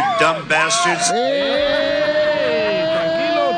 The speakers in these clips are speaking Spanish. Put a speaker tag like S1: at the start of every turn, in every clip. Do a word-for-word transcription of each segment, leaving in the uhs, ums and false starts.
S1: dumb bastards.
S2: ¡Eh! Tranquilo,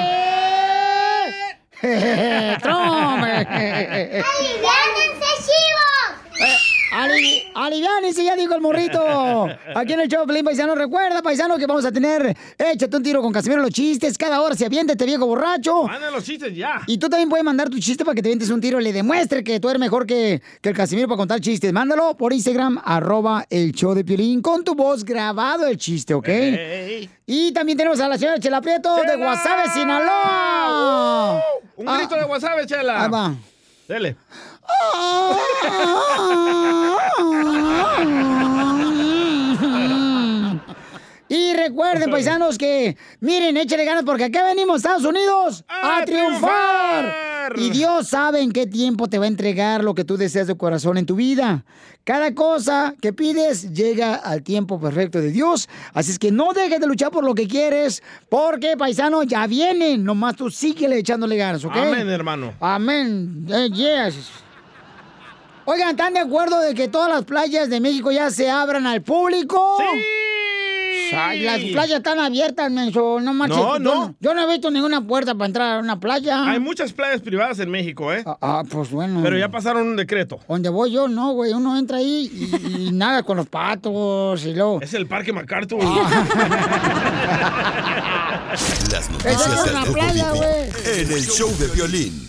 S2: Trump.
S3: Trump.
S4: ¡Aliviánense, chivos!
S3: Eh, ali, aliviánense, ya dijo el morrito. Aquí en el show, Pelín, paisano. Recuerda, paisano, que vamos a tener Échate un tiro con Casimiro, los chistes. Cada hora se avienta este viejo borracho.
S2: Manda los chistes ya.
S3: Y tú también puedes mandar tu chiste para que te avientes un tiro y le demuestre que tú eres mejor que, que el Casimiro para contar chistes. Mándalo por Instagram, arroba el show de Piolín, con tu voz grabado el chiste, ¿ok?
S2: Hey.
S3: Y también tenemos a la señora Chela Prieto de Guasave, Sinaloa.
S2: Uh, un grito
S3: Ah,
S2: de Guasave, Chela.
S3: ahí va.
S2: Dele.
S3: Y recuerden, paisanos, que miren, échale ganas porque acá venimos, Estados Unidos, a,
S2: ¡A
S3: triunfar.
S2: triunfar!
S3: Y Dios sabe en qué tiempo te va a entregar lo que tú deseas de corazón en tu vida. Cada cosa que pides llega al tiempo perfecto de Dios. Así es que no dejes de luchar por lo que quieres, porque, paisano, ya vienen. Nomás tú síguele echándole ganas, ¿ok?
S2: Amén, hermano.
S3: Amén. Eh, yes. Oigan, ¿están de acuerdo de que todas las playas de México ya se abran al público?
S2: ¡Sí!
S3: Ay, las playas están abiertas, menso. No marches.
S2: No,
S3: Yo
S2: no.
S3: Yo no he visto ninguna puerta para entrar a una playa.
S2: Hay muchas playas privadas en México, ¿eh?
S3: Ah, ah, pues bueno.
S2: Pero ya pasaron un decreto.
S3: Donde voy yo, no, güey. Uno entra ahí y, y nada con los patos y luego...
S2: Es el Parque MacArthur.
S5: Las
S3: Eso
S5: noticias
S3: es
S5: del
S3: una
S5: Rojo
S3: playa,
S5: Vivo
S3: güey.
S5: en el show de Piolín.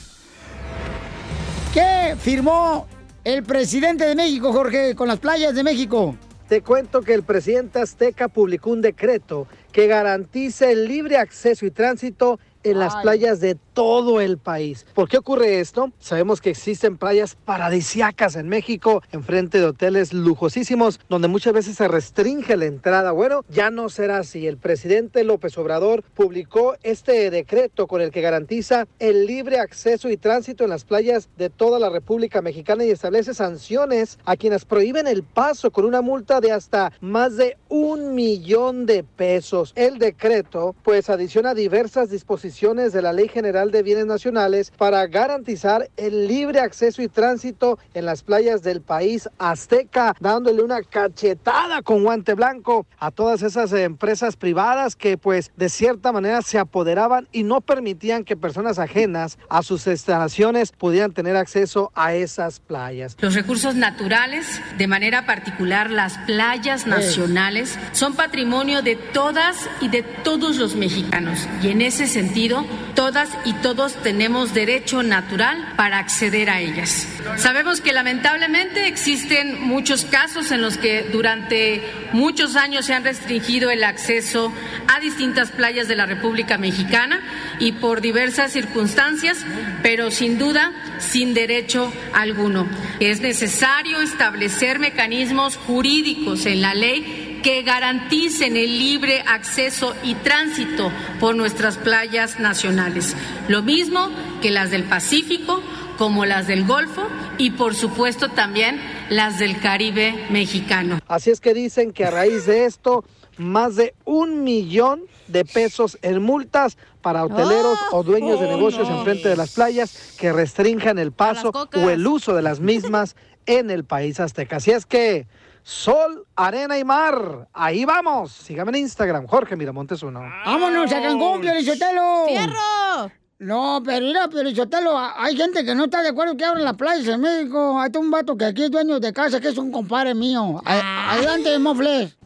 S3: ¿Qué firmó el presidente de México, Jorge, con las playas de México?
S6: Te cuento que el presidente azteca publicó un decreto que garantiza el libre acceso y tránsito en las
S3: Ay.
S6: playas de todo el país. ¿Por qué ocurre esto? Sabemos que existen playas paradisíacas en México, enfrente de hoteles lujosísimos, donde muchas veces se restringe la entrada. Bueno, ya no será así. El presidente López Obrador publicó este decreto con el que garantiza el libre acceso y tránsito en las playas de toda la República Mexicana y establece sanciones a quienes prohíben el paso con una multa de hasta más de un millón de pesos. El decreto, pues, adiciona diversas disposiciones de la Ley General de Bienes Nacionales para garantizar el libre acceso y tránsito en las playas del país azteca, dándole una cachetada con guante blanco a todas esas empresas privadas que, pues, de cierta manera se apoderaban y no permitían que personas ajenas a sus instalaciones pudieran tener acceso a esas playas.
S7: Los recursos naturales, de manera particular las playas nacionales, son patrimonio de todas y de todos los mexicanos. Y en ese sentido, todas y todos tenemos derecho natural para acceder a ellas. Sabemos que lamentablemente existen muchos casos en los que durante muchos años se han restringido el acceso a distintas playas de la República Mexicana y por diversas circunstancias, pero sin duda sin derecho alguno. Es necesario establecer mecanismos jurídicos en la ley que garanticen el libre acceso y tránsito por nuestras playas nacionales, lo mismo que las del Pacífico, como las del Golfo y por supuesto también las del Caribe mexicano.
S6: Así es que dicen que a raíz de esto, más de un millón de pesos en multas para hoteleros oh, o dueños oh, de negocios no. enfrente de las playas que restrinjan el paso o el uso de las mismas en el país azteca. Así es que sol, arena y mar, ahí vamos. Sígame en Instagram, Jorge Miramontes uno.
S3: ¡Vámonos a Cancún, Piolichotelo!
S4: ¡Fierro!
S3: No, pero mira, Piolichotelo, hay gente que no está de acuerdo que abran las playas en México. Hay un vato que aquí es dueño de casa, que es un compadre mío. A- adelante, Mofles.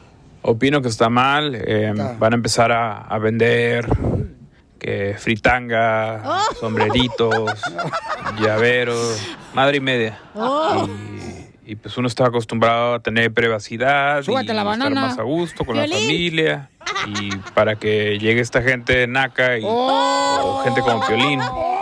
S8: Opino que está mal. Eh, van a empezar a, a vender que fritanga,
S4: Oh.
S8: sombreritos, llaveros, madre y media.
S4: Oh.
S8: Y, y pues uno está acostumbrado a tener privacidad
S3: Súbate
S8: y
S3: la
S8: estar
S3: banana.
S8: más a gusto con
S4: Piolín.
S8: la familia. Y para que llegue esta gente naca y
S3: Oh.
S8: o gente como Piolín.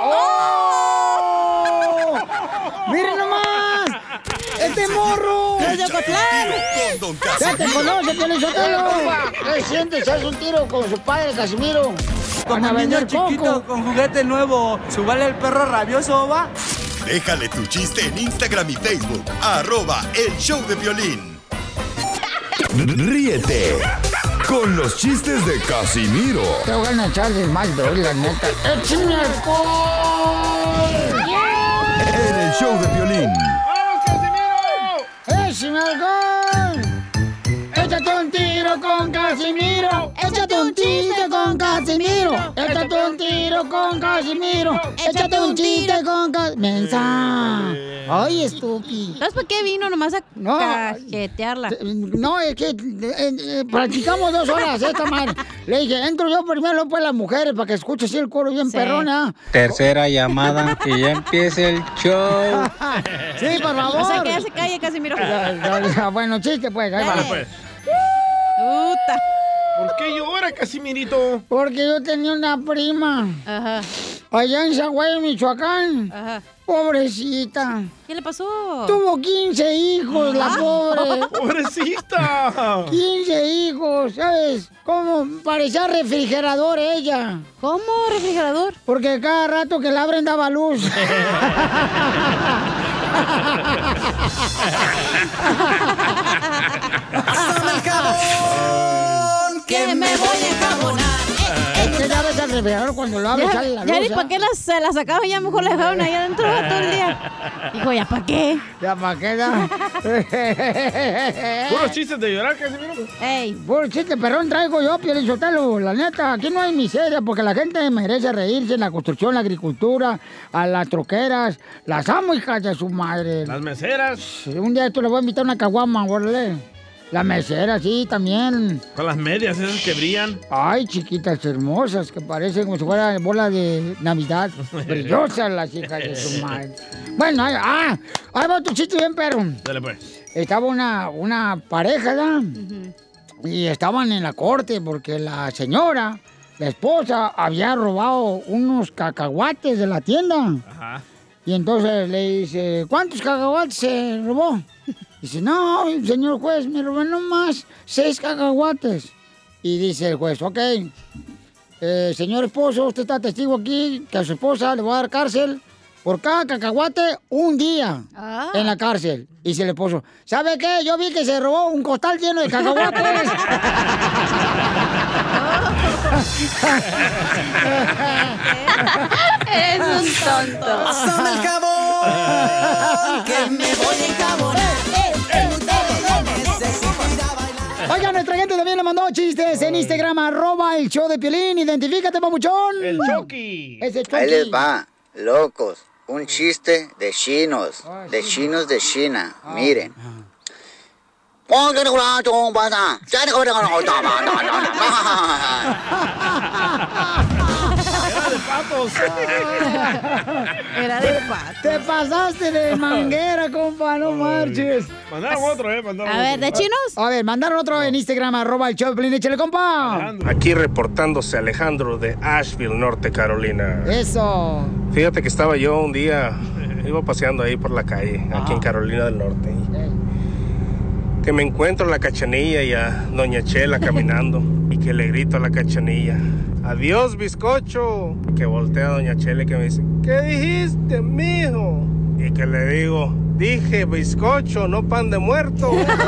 S3: ¡Oh! ¡Miren nomás! ¡Este morro!
S4: ¡Es de Ocotlán!
S5: Con Don
S3: ¡Ya te
S5: Casimiro.
S3: conoce, Piolichotelo! ¿Qué sientes? ¿Haz un tiro con su padre, Casimiro? Van a
S9: Como niño
S3: vender
S9: chiquito
S3: coco.
S9: con juguete nuevo, ¿subale el perro rabioso, va?
S5: Déjale tu chiste en Instagram y Facebook. Arroba El Show de Piolín. Ríete con los chistes de Casimiro
S3: Te voy a echar de mal, bro, la neta. ¡Échame alcohol!
S5: en El Show de Piolín.
S3: ¡Échame alcohol! ¡Échate un tiro tiro con Casimiro. Échate un chiste con Casimiro. Échate un tiro con Casimiro. Échate un chiste con Casimiro. Mensa. Ay, estúpido.
S4: ¿Sabes por qué vino? Nomás a
S3: No.
S4: cajetearla.
S3: No, es que eh, eh, practicamos dos horas esta madre. Le dije, entro yo primero, pues las mujeres, para que escuche así el coro bien
S4: Sí.
S3: perrona.
S1: Tercera llamada, que ya empiece el show.
S3: Sí, por favor.
S4: O sea, que ya se calle, Casimiro.
S3: Ya, ya, ya, bueno, chiste, pues. Ahí va.
S4: Dale.
S2: Pues,
S4: Puta.
S2: ¿por qué llora, Casimirito?
S3: Porque yo tenía una prima
S4: Ajá,
S3: allá en Zaguay, Michoacán.
S4: ajá.
S3: Pobrecita.
S4: ¿Qué le pasó?
S3: Tuvo quince hijos, la pobre.
S2: ¡Pobrecita!
S3: quince hijos, ¿sabes? Como parecía refrigerador ella.
S4: ¿Cómo, refrigerador?
S3: Porque cada rato que la abren daba luz.
S10: Pásame el jabón, que me voy a enjabonar.
S3: Es que ya ves al refrigerador cuando lo abres sale la
S4: Ya,
S3: luz.
S4: ya ni
S3: ¿eh?
S4: para qué las, se las sacaban, ya mejor las dejaron ahí adentro todo el día. Dijo, ¿ya para qué?
S3: Ya para qué da.
S2: ¿Puros chistes de llorar, Casimiro?
S4: Ey,
S3: Puro chiste, perrón, traigo yo, Pielichotelo. La neta, aquí no hay miseria, porque la gente merece reírse en la construcción, la agricultura, a las troqueras. Las amo, hijas de su madre.
S2: Las meseras.
S3: Un día esto le voy a invitar una caguama, órale. La mesera, sí, también.
S2: Con las medias esas que brillan.
S3: Ay, chiquitas hermosas, que parecen como si fuera bola de Navidad. Brillosas las hijas de su madre. Bueno, ahí, ah, ahí va tu chiste bien, perro.
S2: Dale, pues.
S3: Estaba una, una pareja, ¿verdad? Y estaban en la corte porque la señora, la esposa, había robado unos cacahuates de la tienda.
S2: Ajá.
S3: Y entonces le dice, ¿cuántos cacahuates se robó? Dice, no, señor juez, me robé nomás seis cacahuates. Y dice el juez, ok, eh, señor esposo, usted está testigo aquí que a su esposa le va a dar cárcel por cada cacahuate un día
S4: Ah.
S3: en la cárcel. Y dice el esposo, ¿sabe qué? Yo vi que se robó un costal lleno de cacahuates.
S4: eres un tonto.
S10: Pásame el jabón, que me voy a enjabonar.
S3: Oiga, nuestra gente también le mandó chistes en Instagram, arroba el show de Piolín. Identifícate, papuchón.
S2: El Chucky.
S3: Ese Chucky.
S11: Ahí les va, locos. Un chiste de chinos, de chinos de China. Miren.
S2: Era de patos.
S4: Era de pato.
S3: Te pasaste de manguera, compa, no marches.
S2: Mandaron otro, eh. Mandaron
S4: A ver, ¿de
S2: otro.
S4: chinos?
S3: A ver, mandaron otro en Instagram, arroba el show de Piolín. Échale, compa.
S2: Alejandro.
S12: Aquí reportándose Alejandro de Asheville, Norte Carolina.
S3: Eso.
S12: Fíjate que estaba yo un día, iba paseando ahí por la calle, aquí en Carolina del Norte. Que me encuentro a la Cachanilla y a Doña Chela caminando y que le grito a la Cachanilla, adiós bizcocho. Que voltea a Doña Chela y que me dice, ¿qué dijiste, mijo? Y que le digo, dije bizcocho, no pan de muerto.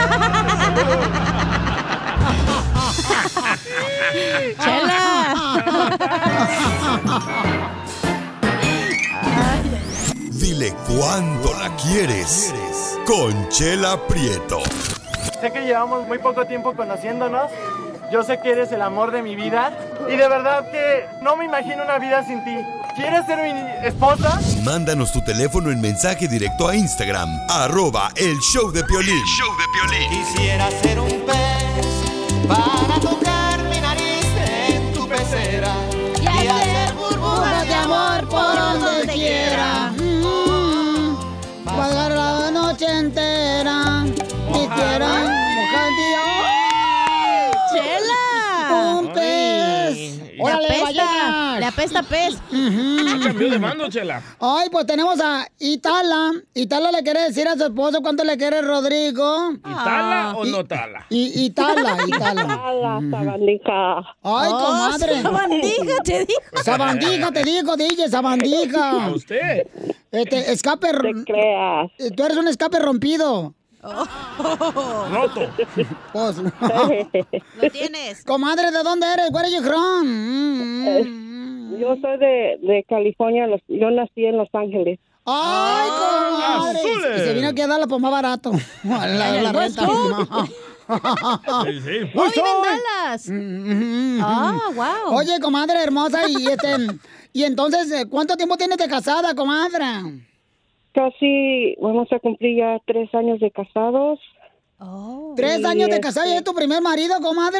S5: Dile cuándo la quieres. Conchela Prieto.
S9: Sé que llevamos muy poco tiempo conociéndonos. Yo sé que eres el amor de mi vida. Y de verdad que no me imagino una vida sin ti. ¿Quieres ser mi esposa?
S5: Mándanos tu teléfono en mensaje directo a Instagram, arroba el show de Piolín.
S10: show de Piolín. Quisiera ser un pez para tocar mi nariz en tu pecera
S4: Y hacer burbujas de amor por donde quiera.
S3: Pagar la noche entera. Y quiero mojar el día.
S4: ¡Chela!
S3: Un pez.
S4: Le
S3: ¡Órale,
S4: apesta,
S3: ballenas!
S4: le apesta pez.
S2: Ah, cambió de mando, Chela.
S3: Ay, pues tenemos a Itala. Itala le quiere decir a su esposo cuánto le quiere Rodrigo.
S2: ¿Y tala o
S3: Y-
S2: no tala?
S3: Y Itala, Itala.
S13: Hola, sabandija.
S3: Ay,
S4: Oh,
S3: comadre.
S4: sabandija, te dijo.
S3: Sabandija, te digo, D J, sabandija.
S2: ¿A usted?
S3: Este, escape.
S13: Te creas.
S3: Tú eres un escape rompido.
S2: Roto.
S3: Pues,
S4: Lo tienes.
S3: comadre, ¿de dónde eres? Where are you from? Mm.
S13: Yo soy de, de California, los- yo nací en Los Ángeles.
S3: Ay, comadre.
S2: azules.
S3: Y se vino aquí a darla por más barato. La, la renta.
S2: Sí, sí.
S4: ¡Oh, vive en Dallas! Ah, wow.
S3: Oye, comadre hermosa, y este, y entonces, ¿cuánto tiempo tienes de casada, comadre?
S13: Casi vamos a cumplir ya tres años de casados.
S3: ¿Tres
S13: Y
S3: años de
S13: este-
S3: casada y es tu primer marido, comadre?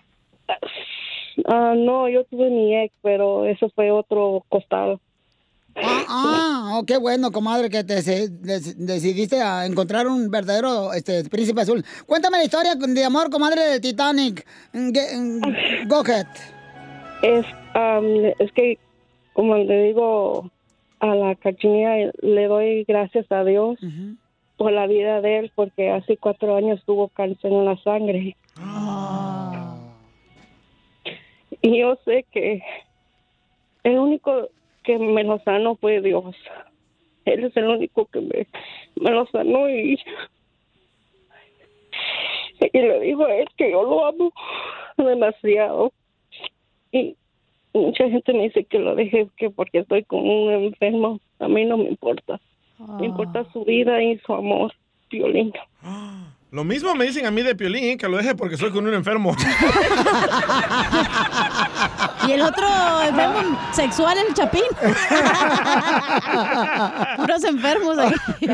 S13: Ah, no, yo tuve mi ex, pero eso fue otro costado.
S3: Ah, ah, oh, qué bueno, comadre, que te se- des- decidiste a encontrar un verdadero este, príncipe azul. Cuéntame la historia de amor, comadre, del Titanic. Ge- Go ahead.
S13: Es, am, es que, como le digo a la Cachanilla, le doy gracias a Dios por la vida de él, porque hace cuatro años tuvo cáncer en la sangre. Y yo sé que el único que me lo sanó fue Dios. Él es el único que me, me lo sanó y, y le digo a él que yo lo amo demasiado. Y mucha gente me dice que lo deje que porque estoy con un enfermo. A mí no me importa. Me importa su vida y su amor, Piolín.
S2: Lo mismo me dicen a mí de Piolín, que lo deje porque soy con un enfermo.
S4: Y el otro enfermo sexual, el Chapín. Puros enfermos ahí.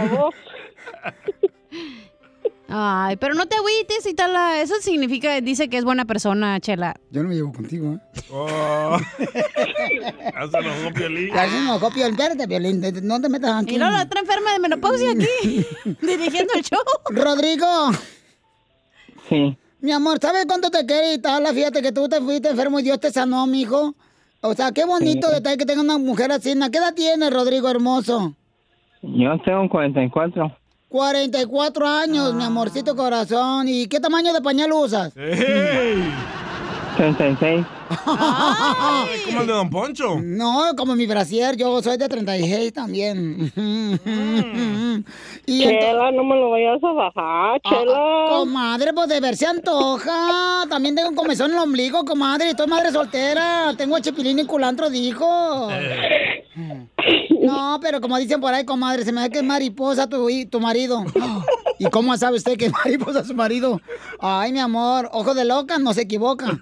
S4: Ay, pero no te agüites y tal. Eso significa, dice que es buena persona, Chela.
S3: Yo no me llevo contigo, ¿eh?
S2: Oh. Ya se enojó Piolín.
S3: Ya se enojó Piolín. Espérate, Piolín, te- no te metas aquí.
S4: Y luego la otra enferma de menopausia aquí, dirigiendo el show.
S3: Rodrigo.
S14: Sí.
S3: Mi amor, ¿sabes cuánto te quiere y tal? Fíjate que tú te fuiste enfermo y Dios te sanó, mijo. O sea, qué bonito
S14: Sí.
S3: detalle que tenga una mujer así. ¿Qué edad tienes, Rodrigo hermoso?
S14: Yo tengo cuarenta y cuatro.
S3: cuarenta y cuatro años, mi amorcito corazón. ¿Y qué tamaño de pañal usas?
S14: treinta y seis.
S2: Ay, como el de Don Poncho.
S3: No, como mi brasier, yo soy de treinta y seis también. Y
S13: Chela, no me lo vayas a bajar, Chela.
S3: Ah, comadre, pues de ver se antoja. También tengo un comezón en el ombligo, comadre. Estoy madre soltera. Tengo chipilín y culantro de hijo. No, pero como dicen por ahí, comadre, se me da que es mariposa tu, tu marido. ¿Y cómo sabe usted que es mariposa su marido? Ay, mi amor, ojo de loca, no se equivoca.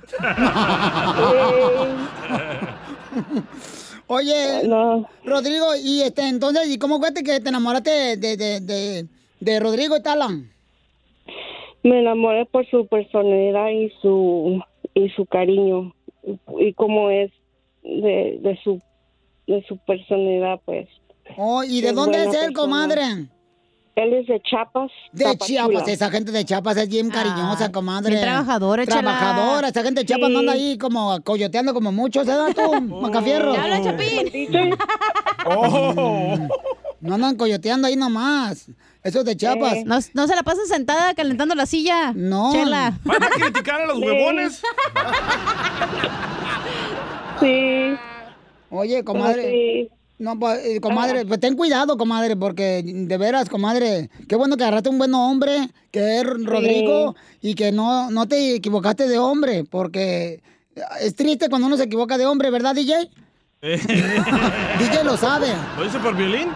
S3: Oye, Rodrigo, y este, entonces, ¿y cómo fue que te enamoraste de, de, de, de Rodrigo y Talan?
S13: Me enamoré por su personalidad y su y su cariño y cómo es de, de su de su personalidad, pues.
S3: Oh, ¿y de
S13: Es
S3: dónde es
S13: buena
S3: él,
S13: persona.
S3: comadre?
S13: Él es de Chiapas.
S3: De
S13: Tapachula.
S3: Chiapas, esa gente de Chiapas es bien cariñosa, comadre.
S4: bien trabajadora, chela.
S3: Trabajadora, esa gente de Chiapas no
S4: Sí.
S3: anda ahí como coyoteando como muchos, ¿eh, tú, Macafierro?
S4: ¿Te habla, Chapín?
S3: Oh. No andan coyoteando ahí nomás. Eso es de Chiapas.
S4: Eh, No, no se la pasan sentada calentando la silla.
S3: No.
S4: Chela.
S2: ¿Van a criticar a los huevones?
S13: Sí.
S3: Oye, comadre.
S13: Sí.
S3: No, pues, eh, comadre, pues ten cuidado, comadre, porque de veras, comadre, qué bueno que agarraste un buen hombre, que es Rodrigo, y que no, no te equivocaste de hombre, porque es triste cuando uno se equivoca de hombre, ¿verdad, D J? D J lo sabe.
S2: ¿Lo dice por violín?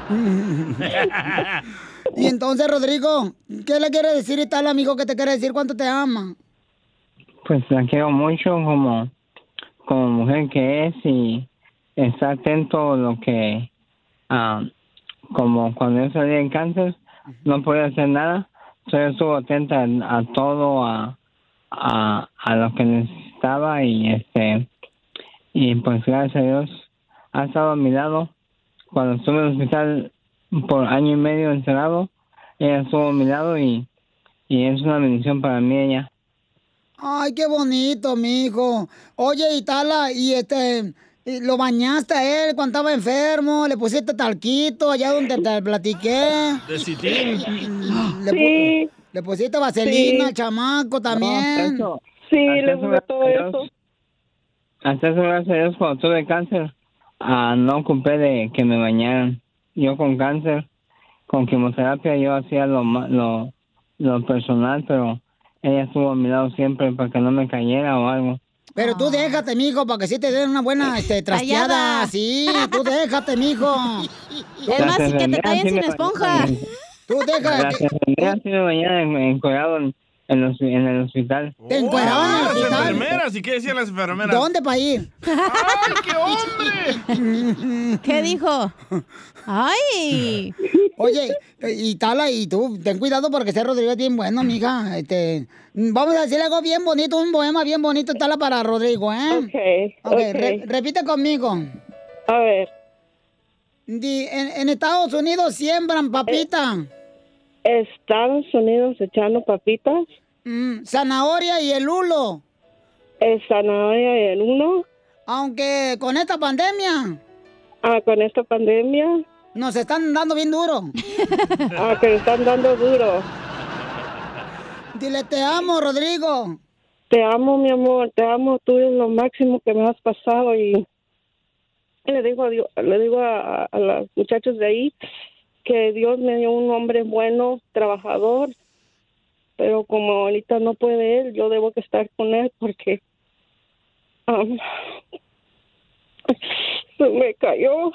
S3: Y entonces, Rodrigo, ¿qué le quiere decir y tal, amigo, que te quiere decir cuánto te ama?
S14: Pues la quiero mucho como, como mujer que es y está atento a lo que, ah, como cuando yo salí en cáncer, no podía hacer nada, entonces estuvo atenta a, a todo, a, a, a lo que necesitaba y este, y pues gracias a Dios ha estado a mi lado. Cuando estuve en el hospital por año y medio encerrado, ella estuvo a mi lado y, y es una bendición para mí ella.
S3: Ay, qué bonito, mijo. Oye, Itala, y este, y lo bañaste a él cuando estaba enfermo, le pusiste talquito allá donde te platiqué.
S2: De citín.
S3: Le, pu- le pusiste vaselina al chamaco también.
S14: No,
S13: Sí,
S14: Hasta
S13: le
S14: eso,
S13: puse todo
S14: gracias a
S13: eso.
S14: Dios. Hasta eso, gracias a Dios, cuando tuve cáncer, ah, no ocupé de que me bañaran. Yo con cáncer, con quimioterapia, yo hacía lo, ma- lo, lo personal, pero ella estuvo a mi lado siempre para que no me cayera o algo.
S3: Pero tú déjate, mijo, para que sí te den una buena este, trasteada.
S4: Tallada.
S3: Sí, tú déjate, mijo.
S4: Es más, y que te tallen sin esponja.
S3: Tú déjate.
S14: Gracias a Dios, sí me bañaba en- encuadrado en, en, los, en el hospital.
S3: ¿Te encueraban en el
S2: Las
S3: hospital?
S2: enfermeras, ¿y qué decían las enfermeras?
S3: ¿Dónde para ir?
S2: ¡Ay, qué hombre!
S4: ¿Qué dijo? ¡Ay!
S3: Oye, y Tala, y tú, ten cuidado porque ese Rodrigo es bien bueno, mija. Este, vamos a decirle algo bien bonito, un poema bien bonito, Tala, para Rodrigo, ¿eh?
S13: Ok,
S3: Ok,
S13: ok.
S3: re- repite conmigo.
S13: A ver.
S3: Di, en, en Estados Unidos siembran papita.
S13: Estados Unidos echando papitas.
S3: Mm, zanahoria y el hulo.
S13: El zanahoria y el uno.
S3: Aunque con esta pandemia.
S13: Ah, con esta pandemia.
S3: Nos están dando bien duro.
S13: Ah, que están dando duro.
S3: Dile, te amo, Rodrigo.
S13: Te amo, mi amor, te amo. Tú eres lo máximo que me has pasado. Y le digo a, Dios, le digo a, a los muchachos de ahí que Dios me dio un hombre bueno, trabajador. Pero como ahorita no puede él, yo debo que estar con él porque um, se me cayó.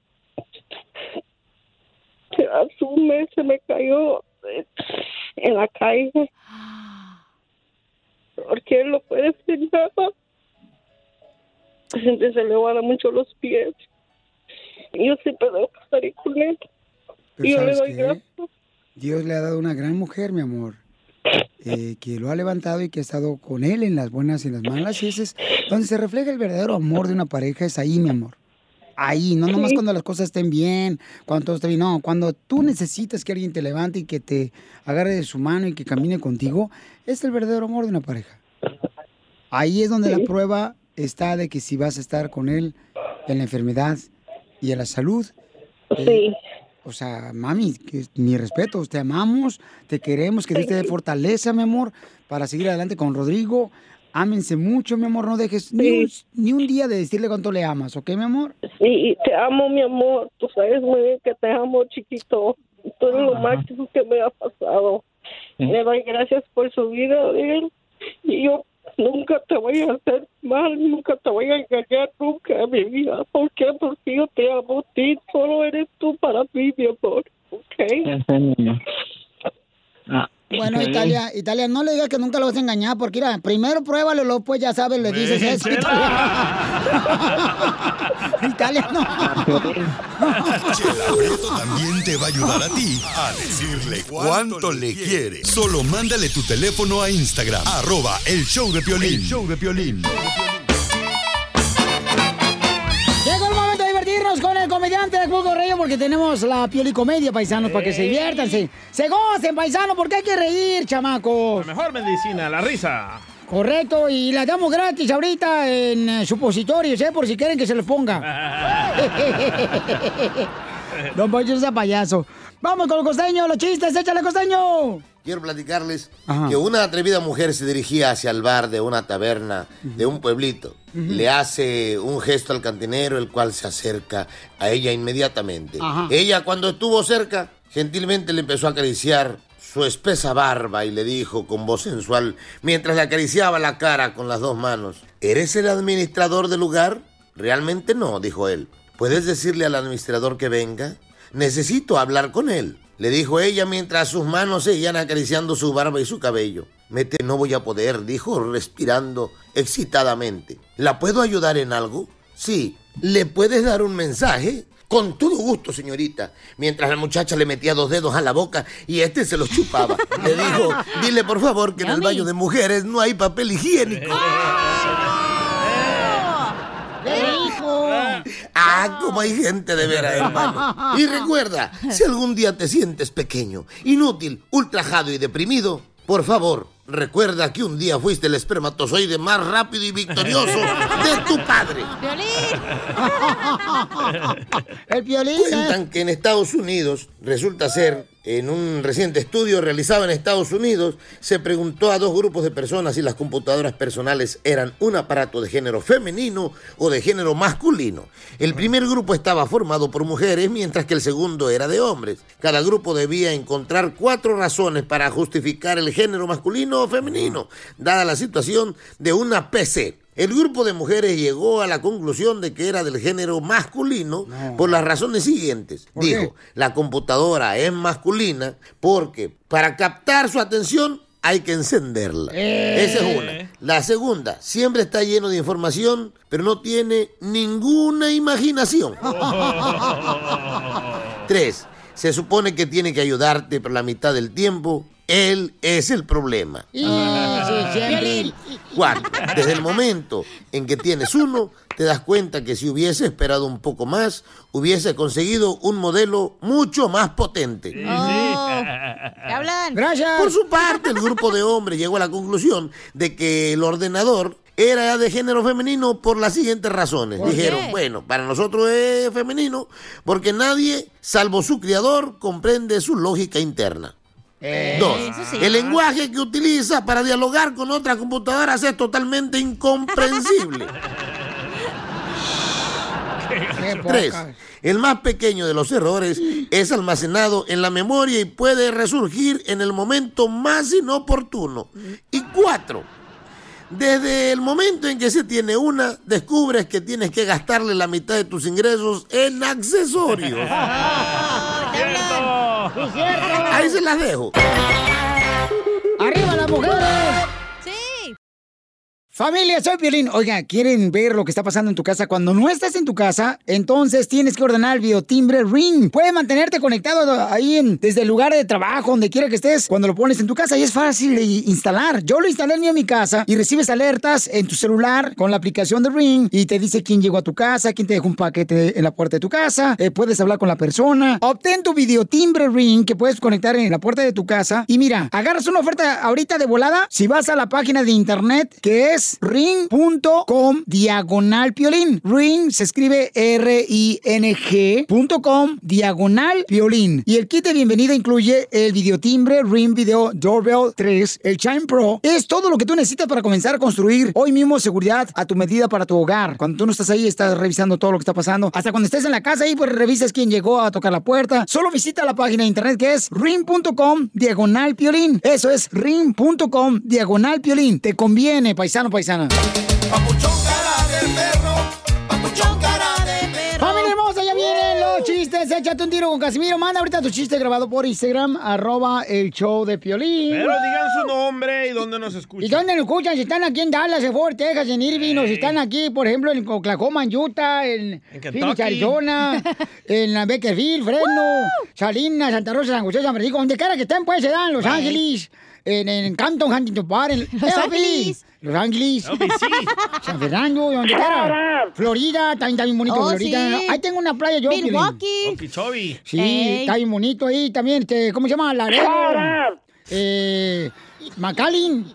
S13: Hace un mes se me cayó en la calle. Porque él no puede hacer nada. Siempre se le guarda mucho los pies. Y yo siempre debo estar ahí con él.
S3: Pero
S13: y yo le
S3: ¿sabes
S13: doy
S3: qué?
S13: gracias.
S3: Dios le ha dado una gran mujer, mi amor. Eh, que lo ha levantado y que ha estado con él en las buenas y en las malas. Y ese es donde se refleja el verdadero amor de una pareja, es ahí, mi amor. Ahí, no nomás
S13: Sí.
S3: cuando las cosas estén bien, cuando todo esté bien, no, cuando tú necesitas que alguien te levante y que te agarre de su mano y que camine contigo, es el verdadero amor de una pareja. Ahí es donde la prueba está de que si vas a estar con él en la enfermedad y en la salud. eh,
S13: Sí.
S3: O sea, mami, que mi respeto, te amamos, te queremos, que Dios te dé fortaleza, mi amor, para seguir adelante con Rodrigo. Ámense mucho, mi amor, no dejes ni, un, ni un día de decirle cuánto le amas, ¿ok, mi amor?
S13: Sí, te amo, mi amor. Tú sabes muy bien que te amo, chiquito. Tú eres lo máximo que me ha pasado. Le doy gracias por su vida de él. Y yo nunca te voy a hacer mal, nunca te voy a engañar, nunca en mi vida. ¿Por qué? Porque yo te amo a ti. Solo eres tú para mí, mi amor. ¿Ok?
S14: Ya sé, niña. Ah,
S3: Bueno,
S14: está bien.
S3: Italia, Italia, no le digas que nunca lo vas a engañar, porque mira, primero pruébalo, luego pues ya sabes, le dices eso. Italia, no.
S5: Chela Prieto también te va a ayudar a ti a decirle cuánto le quiere. Solo mándale tu teléfono a Instagram, arroba el show de Piolín. El show de Piolín.
S3: Llegó el momento de divertirnos con el comediante de Cruz Correo porque tenemos la piolicomedia, paisanos, para que se diviertan, se, se gocen, paisanos, porque hay que reír, chamacos.
S2: La mejor medicina, la risa.
S3: Correcto, y la damos gratis ahorita en eh, supositorios, ¿eh? Por si quieren que se los ponga. Don Poncho es payaso. Vamos con el costeño, los chistes, échale, costeño.
S15: Quiero platicarles
S3: Ajá.
S15: que una atrevida mujer se dirigía hacia el bar de una taberna de un pueblito.
S3: Ujú.
S15: Le hace un gesto al cantinero, el cual se acerca a ella inmediatamente.
S3: Ajá.
S15: Ella, cuando estuvo cerca, gentilmente le empezó a acariciar su espesa barba y le dijo con voz sensual, mientras le acariciaba la cara con las dos manos: ¿eres el administrador del lugar? Realmente no, dijo él. ¿Puedes decirle al administrador que venga? Necesito hablar con él, le dijo ella mientras sus manos seguían acariciando su barba y su cabello. Mete, no voy a poder, dijo respirando excitadamente. ¿La puedo ayudar en algo? Sí. ¿Le puedes dar un mensaje? Con todo gusto, señorita. Mientras la muchacha le metía dos dedos a la boca y este se los chupaba. Le dijo, dile por favor que en el baño de mujeres no hay papel higiénico. Ah, como hay gente de veras, hermano. Y recuerda, si algún día te sientes pequeño, inútil, ultrajado y deprimido, por favor, recuerda que un día fuiste el espermatozoide más rápido y victorioso de tu padre.
S3: El Piolín.
S15: Cuentan que en Estados Unidos, resulta ser, en un reciente estudio realizado en Estados Unidos, se preguntó a dos grupos de personas si las computadoras personales eran un aparato de género femenino o de género masculino. El primer grupo estaba formado por mujeres, mientras que el segundo era de hombres. Cada grupo debía encontrar cuatro razones para justificar el género masculino o femenino, dada la situación de una P C. El grupo de mujeres llegó a la conclusión de que era del género masculino no. por las razones siguientes. Dijo, la computadora es masculina porque para captar su atención hay que encenderla.
S3: Eh.
S15: Esa es una. La segunda, siempre está lleno de información, pero no tiene ninguna imaginación. Tres, se supone que tiene que ayudarte, pero la mitad del tiempo, él es el problema.
S3: Y, sí, siempre.
S15: Cuatro, desde el momento en que tienes uno, te das cuenta que si hubiese esperado un poco más, hubiese conseguido un modelo mucho más potente.
S4: Oh. ¿Qué hablan?
S3: Gracias.
S15: Por su parte, el grupo de hombres llegó a la conclusión de que el ordenador era de género femenino por las siguientes razones.
S10: ¿Por
S15: Dijeron,
S10: qué?
S15: bueno, para nosotros es femenino porque nadie, salvo su criador, comprende su lógica interna.
S10: Eh,
S15: Dos,
S10: eso sí.
S15: el lenguaje que utiliza para dialogar con otras computadoras es totalmente incomprensible. Tres, el más pequeño de los errores es almacenado en la memoria y puede resurgir en el momento más inoportuno. Y cuatro, desde el momento en que se tiene una, descubres que tienes que gastarle la mitad de tus ingresos en accesorios. Ahí se las dejo.
S3: ¡Arriba las mujeres!
S4: Sí.
S3: Familia, soy Piolín. Oiga, ¿quieren ver lo que está pasando en tu casa? Cuando no estás en tu casa, entonces tienes que ordenar el videotimbre Ring. Puede mantenerte conectado ahí en, desde el lugar de trabajo, donde quiera que estés, cuando lo pones en tu casa y es fácil de instalar. Yo lo instalé en mi casa y recibes alertas en tu celular con la aplicación de Ring y te dice quién llegó a tu casa, quién te dejó un paquete en la puerta de tu casa, eh, puedes hablar con la persona. Obtén tu videotimbre Ring que puedes conectar en la puerta de tu casa y mira, agarras una oferta ahorita de volada si vas a la página de internet que es ring punto com diagonal Piolín. Ring se escribe R I N G punto com diagonal Piolín. Y el kit de bienvenida incluye el videotimbre Ring Video Doorbell tres, el Chime Pro. Es todo lo que tú necesitas para comenzar a construir hoy mismo seguridad a tu medida para tu hogar. Cuando tú no estás ahí, estás revisando todo lo que está pasando. Hasta cuando estés en la casa ahí, pues revisas quién llegó a tocar la puerta. Solo visita la página de internet que es ring punto com diagonal Piolín. Eso es ring punto com diagonal Piolín. Te conviene, paisano, paisana. ¡Familia hermosa! Ya vienen los chistes. Échate un tiro con Casimiro. Manda ahorita tu chiste grabado por Instagram, arroba el show de Piolín.
S2: Pero digan su nombre y dónde nos escuchan.
S3: ¿Y dónde nos escuchan? Si están aquí en Dallas, en Fort Texas, en Irving, o si están aquí, por ejemplo, en Oklahoma, en Utah, en,
S2: En
S3: Phoenix,
S2: Kentucky.
S3: Arizona, en la Bakersfield, Fresno, Salinas, Santa Rosa, San José, San Francisco, donde quiera que estén, pues se dan, Los Ángeles, en, en Canton, Huntington Park, en
S4: Los Ángeles.
S3: Los Ángeles,
S2: No, pues sí.
S3: San Fernando, donde quiera. Florida, está bien, está bien bonito,
S4: Oh,
S3: Florida.
S4: sí.
S3: Ahí tengo una playa yo, Piolín.
S4: Milwaukee.
S2: Okeechobee.
S3: Sí,
S4: Ey.
S3: está bien bonito ahí también. Este, ¿cómo se llama? Laredo. Eh, McAllen.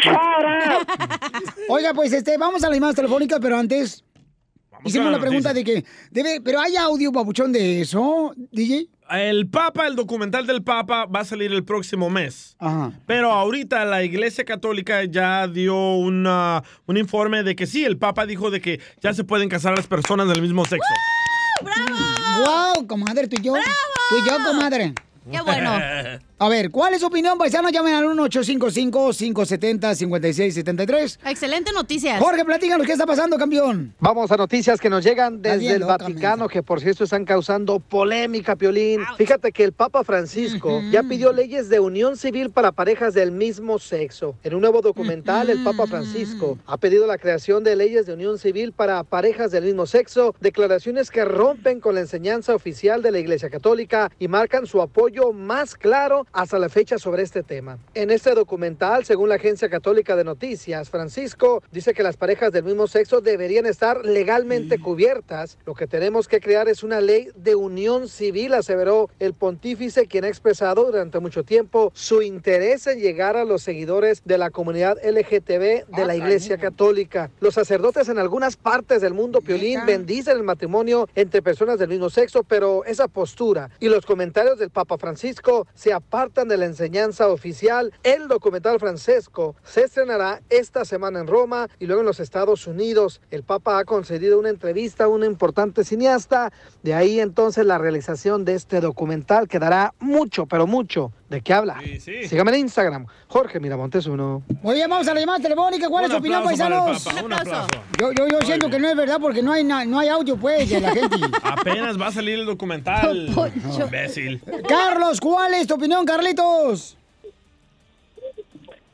S3: Oiga, pues este, vamos a las llamadas telefónicas, pero antes
S2: Vamos
S3: hicimos
S2: con
S3: la
S2: la
S3: pregunta
S2: noticia.
S3: de que debe, pero hay audio papuchón de eso, D J.
S2: El Papa, el documental del Papa va a salir el próximo mes.
S3: Ajá.
S2: Pero ahorita la Iglesia Católica ya dio una, un informe de que sí, el Papa dijo de que ya se pueden casar las personas del mismo sexo.
S3: Wow, comadre, tú y yo. Tú y yo, comadre.
S4: Qué bueno.
S3: A ver, ¿cuál es su opinión, paisano? Llamen al uno ocho cinco cinco, cinco siete cero, cinco seis siete tres.
S4: Excelente noticias.
S3: Jorge, platícanos, ¿qué está pasando, campeón?
S6: Vamos a noticias que nos llegan
S3: Está
S6: desde
S3: bien
S6: el
S3: loca,
S6: Vaticano, que por cierto están causando polémica, Piolín. Fíjate que el Papa Francisco ya pidió leyes de unión civil para parejas del mismo sexo. En un nuevo documental, el Papa Francisco ha pedido la creación de leyes de unión civil para parejas del mismo sexo, declaraciones que rompen con la enseñanza oficial de la Iglesia Católica y marcan su apoyo más claro hasta la fecha sobre este tema. En este documental, según la Agencia Católica de Noticias, Francisco dice que las parejas del mismo sexo deberían estar legalmente cubiertas. Lo que tenemos que crear es una ley de unión civil, aseveró el pontífice, quien ha expresado durante mucho tiempo su interés en llegar a los seguidores de la comunidad L G B T de la Iglesia Católica. Los sacerdotes en algunas partes del mundo, Piolín, bendicen el matrimonio entre personas del mismo sexo, pero esa postura y los comentarios del Papa Francisco se apartan de la enseñanza oficial. El documental Francesco se estrenará esta semana en Roma y luego en los Estados Unidos. El Papa ha concedido una entrevista a un importante cineasta. De ahí entonces la realización de este documental que dará mucho, pero mucho de qué hablar.
S2: Sí, sí.
S6: Sígame en Instagram, Jorge Miramontes uno.
S3: Muy bien, vamos a la llamada telefónica. ¿Cuál
S2: Un
S3: es su opinión,
S2: aplauso para el
S3: paisanos?
S2: Papa, un aplauso.
S3: Yo, yo, yo siento que no es verdad porque no hay, na- no hay audio, pues, de la gente.
S2: Apenas va a salir el documental.
S4: Poncho.
S2: Imbécil.
S3: Carlos, ¿cuál es tu opinión, Carlitos?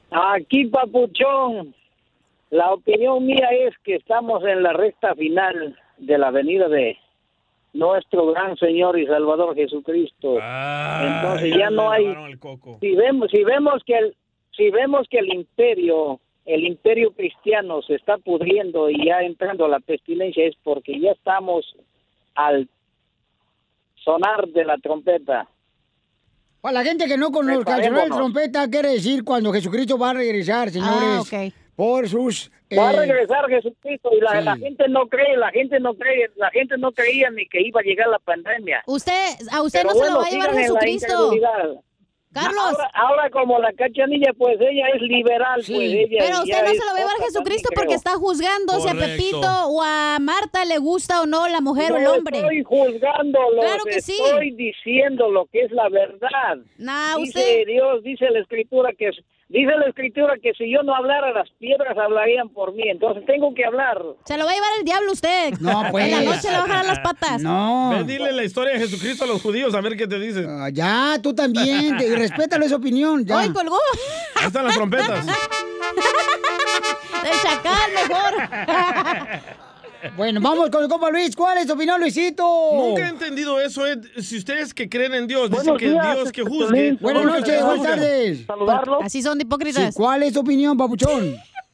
S16: Aquí, papuchón, la opinión mía es que estamos en la recta final de la venida de nuestro gran Señor y Salvador Jesucristo.
S2: Ah,
S16: Entonces ya, ya no hay. Si vemos, si vemos que el, si vemos que el imperio, el imperio cristiano se está pudriendo y ya entrando a la pestilencia, es porque ya estamos al sonar de la trompeta.
S3: Para la gente que no conozca el sonar de trompeta, quiere decir cuando Jesucristo va a regresar, señores.
S4: Ah, okay.
S3: Por sus...
S16: Va
S3: eh,
S16: a regresar Jesucristo y la,
S3: sí.
S16: la gente no cree, la gente no cree, la gente no creía ni que iba a llegar la pandemia.
S4: Usted, a usted
S16: Pero
S4: no se
S16: bueno,
S4: lo va a llevar
S16: sigan en la
S4: Jesucristo.
S16: incredulidad.
S4: Carlos.
S16: Ahora, ahora como la Cachanilla, pues ella es liberal,
S4: Sí.
S16: pues ella
S4: Pero usted
S16: ya
S4: no se
S16: es
S4: lo va a llevar
S16: otra
S4: Jesucristo
S16: también,
S4: porque
S16: creo.
S4: está juzgando si a
S16: Correcto.
S4: Pepito o a Marta le gusta o no la mujer o el
S16: No
S4: hombre.
S16: estoy juzgándolos,
S4: Claro que sí.
S16: estoy diciendo lo que es la verdad.
S4: Nah,
S16: dice
S4: usted-
S16: Dios, dice la Escritura que dice la Escritura que si yo no hablara, las piedras hablarían por mí. Entonces tengo que hablar.
S4: Se lo va a llevar el diablo usted.
S3: No, pues.
S4: En la noche le va a jalar las patas.
S3: No.
S2: Ve, dile la historia de Jesucristo a los judíos, a ver qué te dicen.
S3: Ah, ya, tú también, te- respétalo esa opinión, ya.
S4: ¡Ay, colgó!
S2: Ahí están las trompetas.
S4: ¡El chacal mejor!
S3: Bueno, vamos con el compa Luis. ¿Cuál es tu opinión, Luisito?
S2: Nunca he entendido eso, Ed. Si ustedes que creen en Dios, dicen
S3: Buenos
S2: que
S3: días,
S2: Dios que
S3: este
S2: juzgue.
S3: Piolín. Buenas
S2: ¿por qué
S3: noches,
S2: ustedes
S3: buenas
S2: juzgan?
S3: tardes.
S16: ¿Saludarlo?
S4: Así son de hipócritas.
S3: Sí, ¿cuál es tu opinión, papuchón?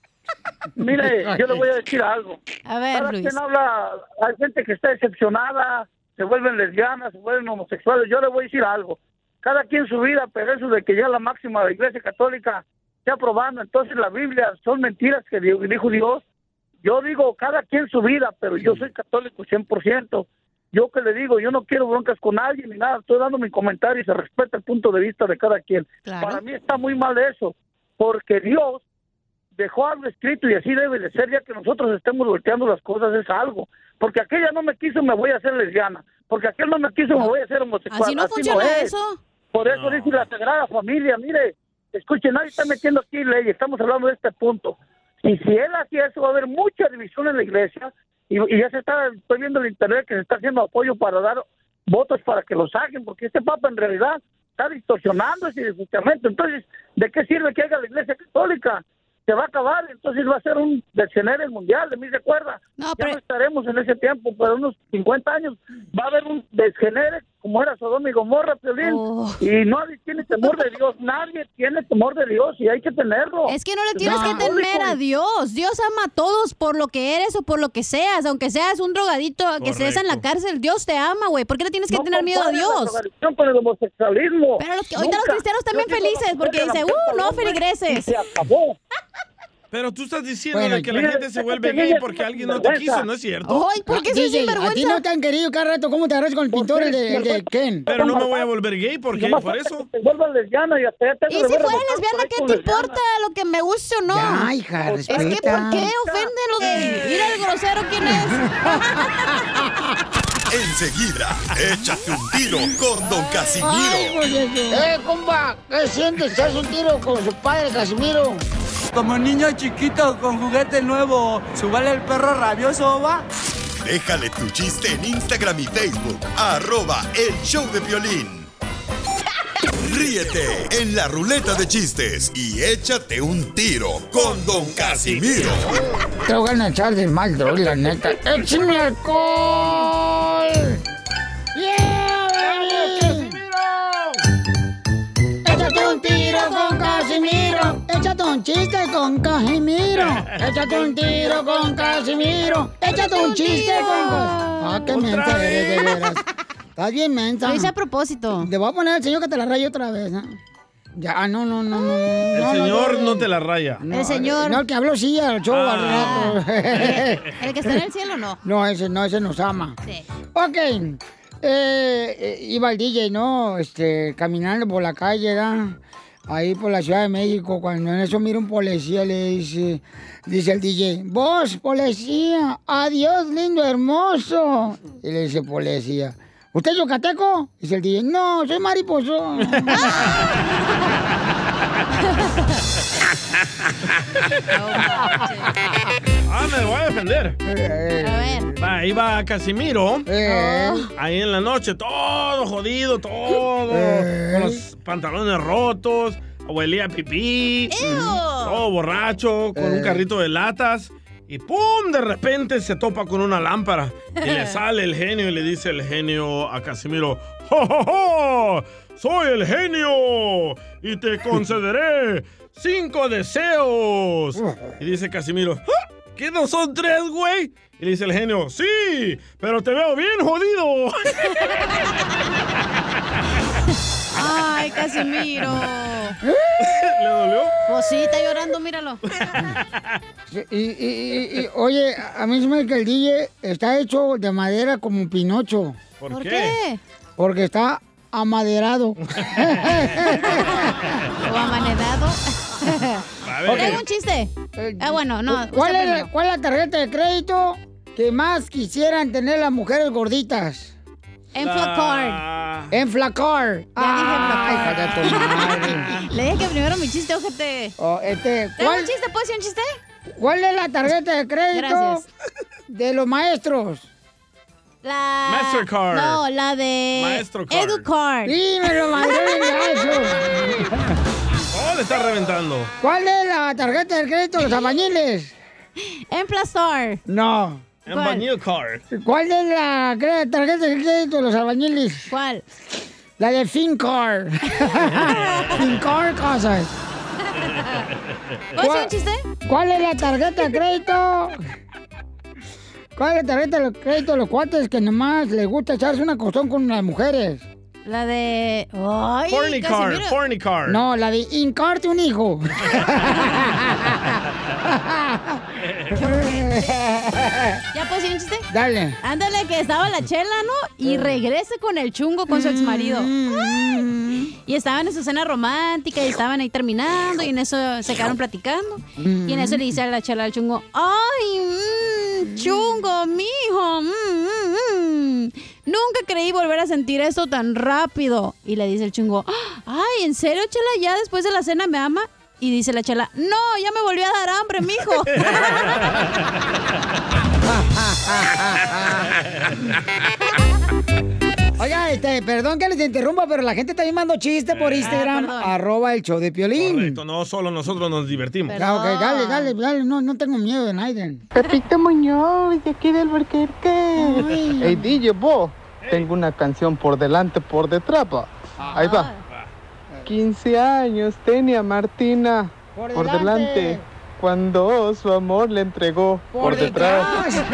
S17: Mire, yo le voy a decir algo.
S4: A ver,
S17: Cada
S4: Luis.
S17: quien habla, hay gente que está decepcionada, se vuelven lesbianas, se vuelven homosexuales. Yo le voy a decir algo. Cada quien su vida, pero eso de que ya la máxima de la Iglesia Católica está aprobando, entonces la Biblia son mentiras que dijo Dios. Yo digo, cada quien su vida, pero yo soy católico cien por ciento. Yo que le digo, yo no quiero broncas con nadie ni nada, estoy dando mi comentario y se respeta el punto de vista de cada quien.
S4: Claro.
S17: Para mí está muy mal eso, porque Dios dejó algo escrito y así debe de ser, ya que nosotros estemos volteando las cosas es algo. Porque aquella no me quiso, me voy a hacer lesbiana. Porque aquel no me quiso, me voy a hacer homosexual.
S4: Así no funciona
S17: es.
S4: eso.
S17: Por eso dice la Sagrada Familia, mire, escuchen, nadie está metiendo aquí ley, estamos hablando de este punto. Y si él hacía eso, va a haber mucha división en la iglesia, y, y ya se está, estoy viendo en internet que se está haciendo apoyo para dar votos para que lo saquen, porque este papa en realidad está distorsionando ese justamente. Entonces, ¿de qué sirve que haga la iglesia católica? Se va a acabar, entonces va a ser un degenere mundial, de mí se acuerda.
S4: No,
S17: ya
S4: pero-
S17: no estaremos en ese tiempo, pero unos cincuenta años va a haber un degenere como era Sodoma y Gomorra, Piolín,
S4: Oh.
S17: y nadie tiene temor de Dios, nadie tiene temor de Dios y hay que tenerlo.
S4: Es que no le tienes
S17: No.
S4: que temer a Dios. Dios ama a todos por lo que eres o por lo que seas. Aunque seas un drogadito que estés en la cárcel, Dios te ama, güey. ¿Por qué le tienes que
S17: No
S4: tener miedo a
S17: compares la
S4: Dios?
S17: drogadicción con el homosexualismo.
S4: Pero los que, ahorita los
S17: Nunca.
S4: cristianos también
S17: Yo digo,
S4: felices
S17: no,
S4: porque
S17: la
S4: dice,
S17: mujer
S4: uh,
S17: al
S4: no
S17: hombre y
S4: feligreses.
S17: se acabó.
S2: Pero tú estás diciendo
S3: Bueno,
S2: de que la
S3: mira,
S2: gente se
S3: esta
S2: vuelve
S3: semilla
S2: gay
S3: es
S2: porque
S3: una
S2: alguien no te
S3: sinvergüenza.
S2: quiso, ¿no es cierto?
S4: Ay, ¿por qué
S3: Ah,
S4: soy
S3: D J,
S4: sinvergüenza?
S3: a ti no te han querido cada rato. ¿Cómo te agarras con el pintor el de, el de Ken?
S2: Pero no me voy a volver gay, ¿por qué?
S17: Nomás
S2: Por
S17: falta
S2: eso.
S17: que te vuelvas lesbiana y hasta ya te
S4: Y si
S17: revuelves
S4: fuera
S17: los
S4: lesbiana,
S17: por
S4: ¿qué
S17: ahí
S4: te
S17: con lesbiana.
S4: importa lo que me guste o no?
S3: Ya, hija,
S4: Es que,
S3: respeta.
S4: ¿por qué ofenden los de... Mira el grosero quién es.
S5: Enseguida, échate un tiro con Don
S3: Ay,
S5: Casimiro.
S3: pues eso. Eh, compa, ¿qué sientes? ¿Haz un tiro con su padre, Casimiro?
S18: Como niño chiquito con juguete nuevo, ¿subale el perro rabioso, va?
S5: Déjale tu chiste en Instagram y Facebook, arroba el show de Piolín. Ríete en la ruleta de chistes y échate un tiro con Don Casimiro.
S3: Te voy a echar de mal, droga, la neta. ¡Échame alcohol! ¡Yeah, baby! Échate un tiro con Casimiro. Échate un chiste con Casimiro. Échate un tiro con Casimiro. Échate un chiste con Casimiro. Ah, qué mensa eres, de veras. Estás bien mensa.
S4: Lo hice a propósito.
S3: Te voy a poner al señor que te la raye otra vez, ¿eh? Ya, no, no, no, no.
S2: El
S3: no,
S2: señor
S3: no,
S2: no te la raya.
S3: no,
S4: El señor.
S3: No, el que habló sí al show
S2: Ah.
S3: al rato.
S4: ¿El que está en el cielo no?
S3: No, ese no, ese nos ama.
S4: Sí.
S3: Ok. Eh, eh, iba el D J, ¿no? Este, caminando por la calle, ¿verdad? Ahí por la Ciudad de México, cuando en eso mira un policía, le dice, dice el D J, vos, policía, adiós, lindo, hermoso. Y le dice policía, ¿usted es yucateco? Dice el D J, no, soy mariposo.
S2: Ah, me voy a defender.
S4: A ver.
S2: Va, ahí va Casimiro.
S3: Eh.
S2: Ahí en la noche, todo jodido, todo.
S3: Eh.
S2: Con los pantalones rotos. huelía a pipí, todo borracho, con un carrito de latas. Y ¡pum! De repente se topa con una lámpara. Y le sale el genio y le dice el genio a Casimiro: ¡Jo, jo, jo! ¡Soy el genio! Y te concederé cinco deseos. Y dice Casimiro: ¿Ah? ¿Qué no son tres, güey? Y le dice el genio: ¡sí! Pero te veo bien jodido.
S4: Ay, Casimiro.
S2: ¿Le dolió?
S4: Pues sí, está llorando, míralo.
S3: Y, y, y, y, oye, a mí se me dice que el D J está hecho de madera como Pinocho.
S2: ¿Por,
S4: ¿Por qué? qué?
S3: Porque está amaderado.
S4: ¿O amanerado? ¿Tengo un chiste? Ah, bueno, no.
S3: ¿Cuál es, la, ¿Cuál es la tarjeta de crédito que más quisieran tener las mujeres gorditas?
S4: Enflacar.
S3: Enflacar.
S4: Ya
S3: ah,
S4: dije enflacar. Le dije que primero mi chiste, ojete.
S3: Oh, este,
S4: ¿Tengo un chiste? ¿Puedo decir un chiste?
S3: ¿Cuál es la tarjeta de crédito
S4: Gracias.
S3: de los maestros?
S4: La...
S2: Mastercard.
S4: No, la de...
S2: Maestrocard.
S4: Educard.
S3: Sí, me lo mandé en eso.
S2: Oh, le está reventando.
S3: ¿Cuál es la tarjeta de crédito de los albañiles?
S4: Emplastar.
S3: No.
S2: Albañil card.
S3: ¿Cuál es la tarjeta de crédito de los albañiles?
S4: ¿Cuál?
S3: La de Fincar. Fincar Casas.
S4: ¿Puedo hacer un chiste?
S3: ¿Cuál es la tarjeta de crédito? ¿Cuál es la tarjeta de crédito de los cuates que nomás les gusta echarse una costón con las mujeres?
S4: La de... Ay,
S2: Fornicar, fornicar.
S3: No, la de incarte un hijo.
S4: ¿Ya puedo decir un chiste?
S3: Dale.
S4: Ándale, que estaba la Chela, ¿no? Y regresa con el chungo, con su exmarido. Ay. Y estaban en su cena romántica y estaban ahí terminando y en eso se quedaron platicando. Y en eso le dice a la Chela al chungo: ¡ay, mmm, chungo, mijo! Mmm, mmm, nunca creí volver a sentir esto tan rápido. Y le dice el chungo: ¡ay, en serio, Chela? ¿Ya después de la cena me ama? Y dice la Chela: no, ya me volvió a dar hambre, mijo.
S3: Oiga, este, perdón que les interrumpa, pero la gente está mandando chistes por Instagram,
S4: ah,
S3: arroba el show de Piolín.
S2: Correcto, no solo nosotros nos divertimos.
S3: Ah, ok, dale, dale, dale, no, no tengo miedo de nadie.
S19: Pepito Muñoz, de aquí del Burquerque. Hey, D J, vos, tengo una canción por delante, por detrás, pa. Ahí va. quince años tenía Martina por, por delante. delante, cuando su amor le entregó por, por detrás.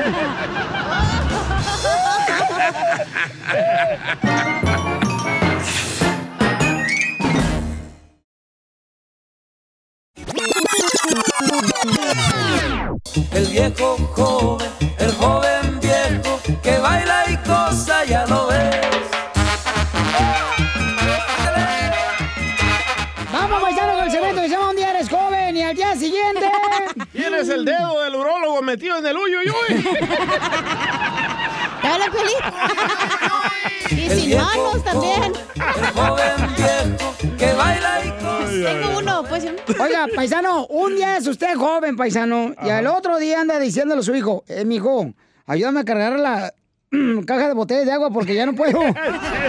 S10: El viejo joven, el joven viejo, que baila y cosa, ya lo ves.
S3: Vamos, paisanos, con el segmento que se llama Un día eres joven y al día siguiente...
S2: Tienes el dedo del urólogo metido en el uy, uy, uy.
S4: ¡Dale, Piolín! Y sin manos también.
S10: El joven viejo que baila y cosa.
S4: Tengo uno, pues.
S3: Oiga, paisano, un día es usted joven, paisano, y al otro día anda diciéndole a su hijo: eh, mijo, ayúdame a cargar la caja de botellas de agua porque ya no puedo.
S2: Es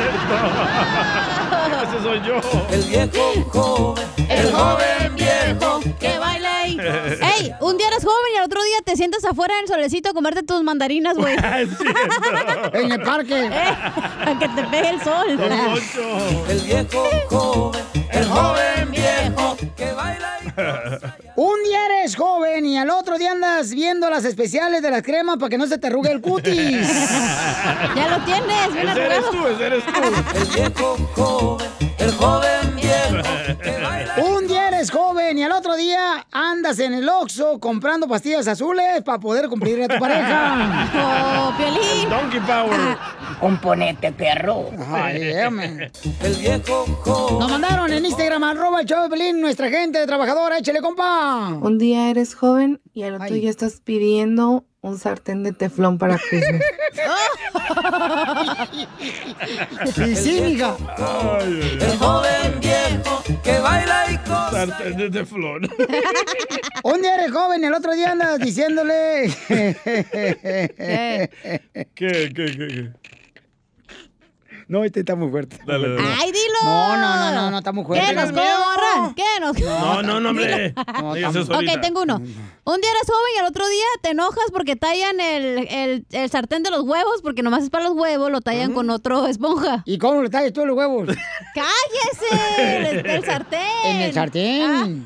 S2: Ese soy yo.
S10: El viejo joven, el joven viejo
S4: que baila y... Ey, un día eres joven y al otro día te sientas afuera en el solecito a comerte tus mandarinas, güey.
S3: En el parque.
S4: Eh, a que te pegue el sol.
S10: El viejo joven, el joven viejo que baila y...
S3: Un día eres joven y al otro día andas viendo las especiales de las cremas para que no se te arrugue el cutis.
S4: Ya lo tienes, bien
S2: Ese eres tú, ese eres tú.
S10: El viejo joven, el joven viejo que baila.
S3: Un día eres joven y al otro día andas en el Oxxo comprando pastillas azules para poder cumplir a tu pareja.
S4: Oh, Piolín.
S2: Donkey Power.
S3: Componente, perro. Ay, déjame.
S10: El viejo joven.
S3: Nos mandaron en Instagram, arroba el show de Piolín, nuestra gente trabajadora. Échale, compa.
S20: Un día eres joven y al otro
S3: Ay.
S20: día estás pidiendo un sartén de teflón para Christmas.
S3: Sí, sí, mija.
S10: El joven viejo que baila y cosa.
S2: Sartén de teflón.
S3: Un día eres joven y el otro día andas diciéndole...
S2: ¿Qué? ¿Qué? ¿Qué? ¿Qué?
S3: No, este está muy fuerte.
S2: Dale, dale.
S4: ¡Ay, dilo!
S3: No, no, no, no, no, está muy fuerte.
S4: ¿Qué nos queda, morra? ¿Qué nos
S2: No, no, no, hombre.
S3: No,
S2: Dígase
S3: tam-
S2: solita.
S4: Ok, tengo uno. Un día eres joven y al otro día te enojas porque tallan el, el, el sartén de los huevos, porque nomás es para los huevos, lo tallan con otro esponja.
S3: ¿Y cómo le tallas tú los huevos?
S4: ¡Cállese! El, el sartén.
S3: En el sartén.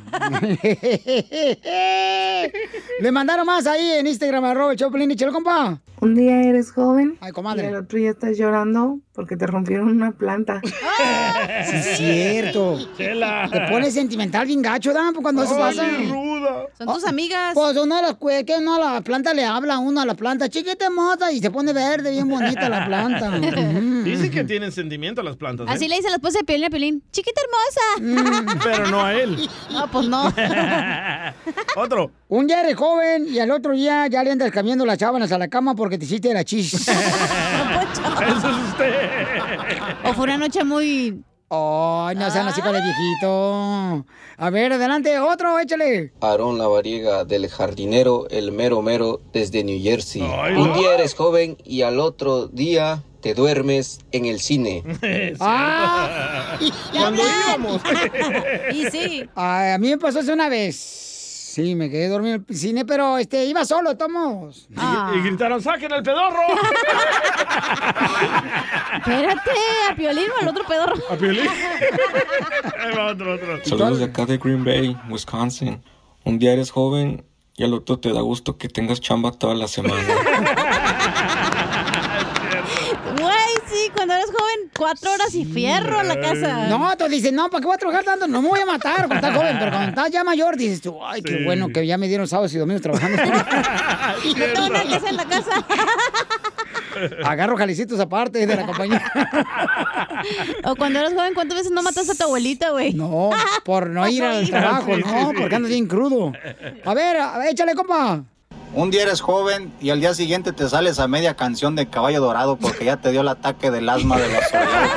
S3: Le mandaron más ahí en Instagram, arroba el Choplin y Chelo, compa.
S20: Un día eres joven
S3: Ay,
S20: y
S3: comadre.
S20: al otro día estás llorando porque te rompieron una planta.
S3: Sí, es cierto.
S2: Chela.
S3: Te pones sentimental bien gacho, ¿da? Cuando eso
S2: Ay,
S3: pasa.
S2: ruda.
S4: Son tus amigas.
S3: Pues uno de las cue- que uno a la planta le habla, uno a la planta, chiquita moza, y se pone verde, bien bonita la planta. Ujú.
S2: Dicen que tienen sentimiento las plantas. ¿eh?
S4: Así le dice la esposa de Piolín a Piolín. ¡Chiquita hermosa!
S2: Pero no a él.
S4: No, pues no.
S2: Otro.
S3: Un día eres joven y al otro día ya le andas cambiando las sábanas a la cama porque te hiciste la chis.
S2: Eso es usted.
S4: O fue una noche muy...
S3: Ay, no sean así con el viejito. A ver, adelante, otro, échale.
S21: Aarón Lavariega, del jardinero El Mero Mero, desde New Jersey.
S2: Ay,
S21: Un
S2: no.
S21: día eres joven y al otro día te duermes en el cine.
S3: Ah.
S2: Cuando íbamos.
S4: Y sí.
S3: Ay, a mí me pasó eso una vez. Sí, me quedé dormido en el cine, pero este, iba solo, tomos.
S4: Ah.
S2: Y gritaron, ¡saquen el pedorro!
S4: Espérate, a Piolín o al otro pedorro.
S2: A Piolín. Ahí va otro, otro.
S22: Saludos de acá de Green Bay, Wisconsin. Un día eres joven y al otro te da gusto que tengas chamba toda la semana.
S4: Güey, sí, cuando eres joven, cuatro horas y fierro a la casa.
S3: No, tú dices, no, ¿para qué voy a trabajar tanto? No me voy a matar cuando estás joven, pero cuando estás ya mayor, dices tú, ay, qué
S2: Sí.
S3: bueno que ya me dieron sábados y domingos trabajando.
S4: No tengo nada que hacer en la casa.
S3: Agarro jalicitos aparte de la compañía.
S4: O cuando eres joven, ¿cuántas veces no mataste a tu abuelita, güey?
S3: No, por no ir al
S4: Sí,
S3: trabajo,
S4: sí,
S3: no,
S4: sí.
S3: porque andas bien crudo. A ver, a ver, échale, compa.
S23: Un día eres joven y al día siguiente te sales a media canción de Caballo Dorado porque ya te dio el ataque del asma de los soldados.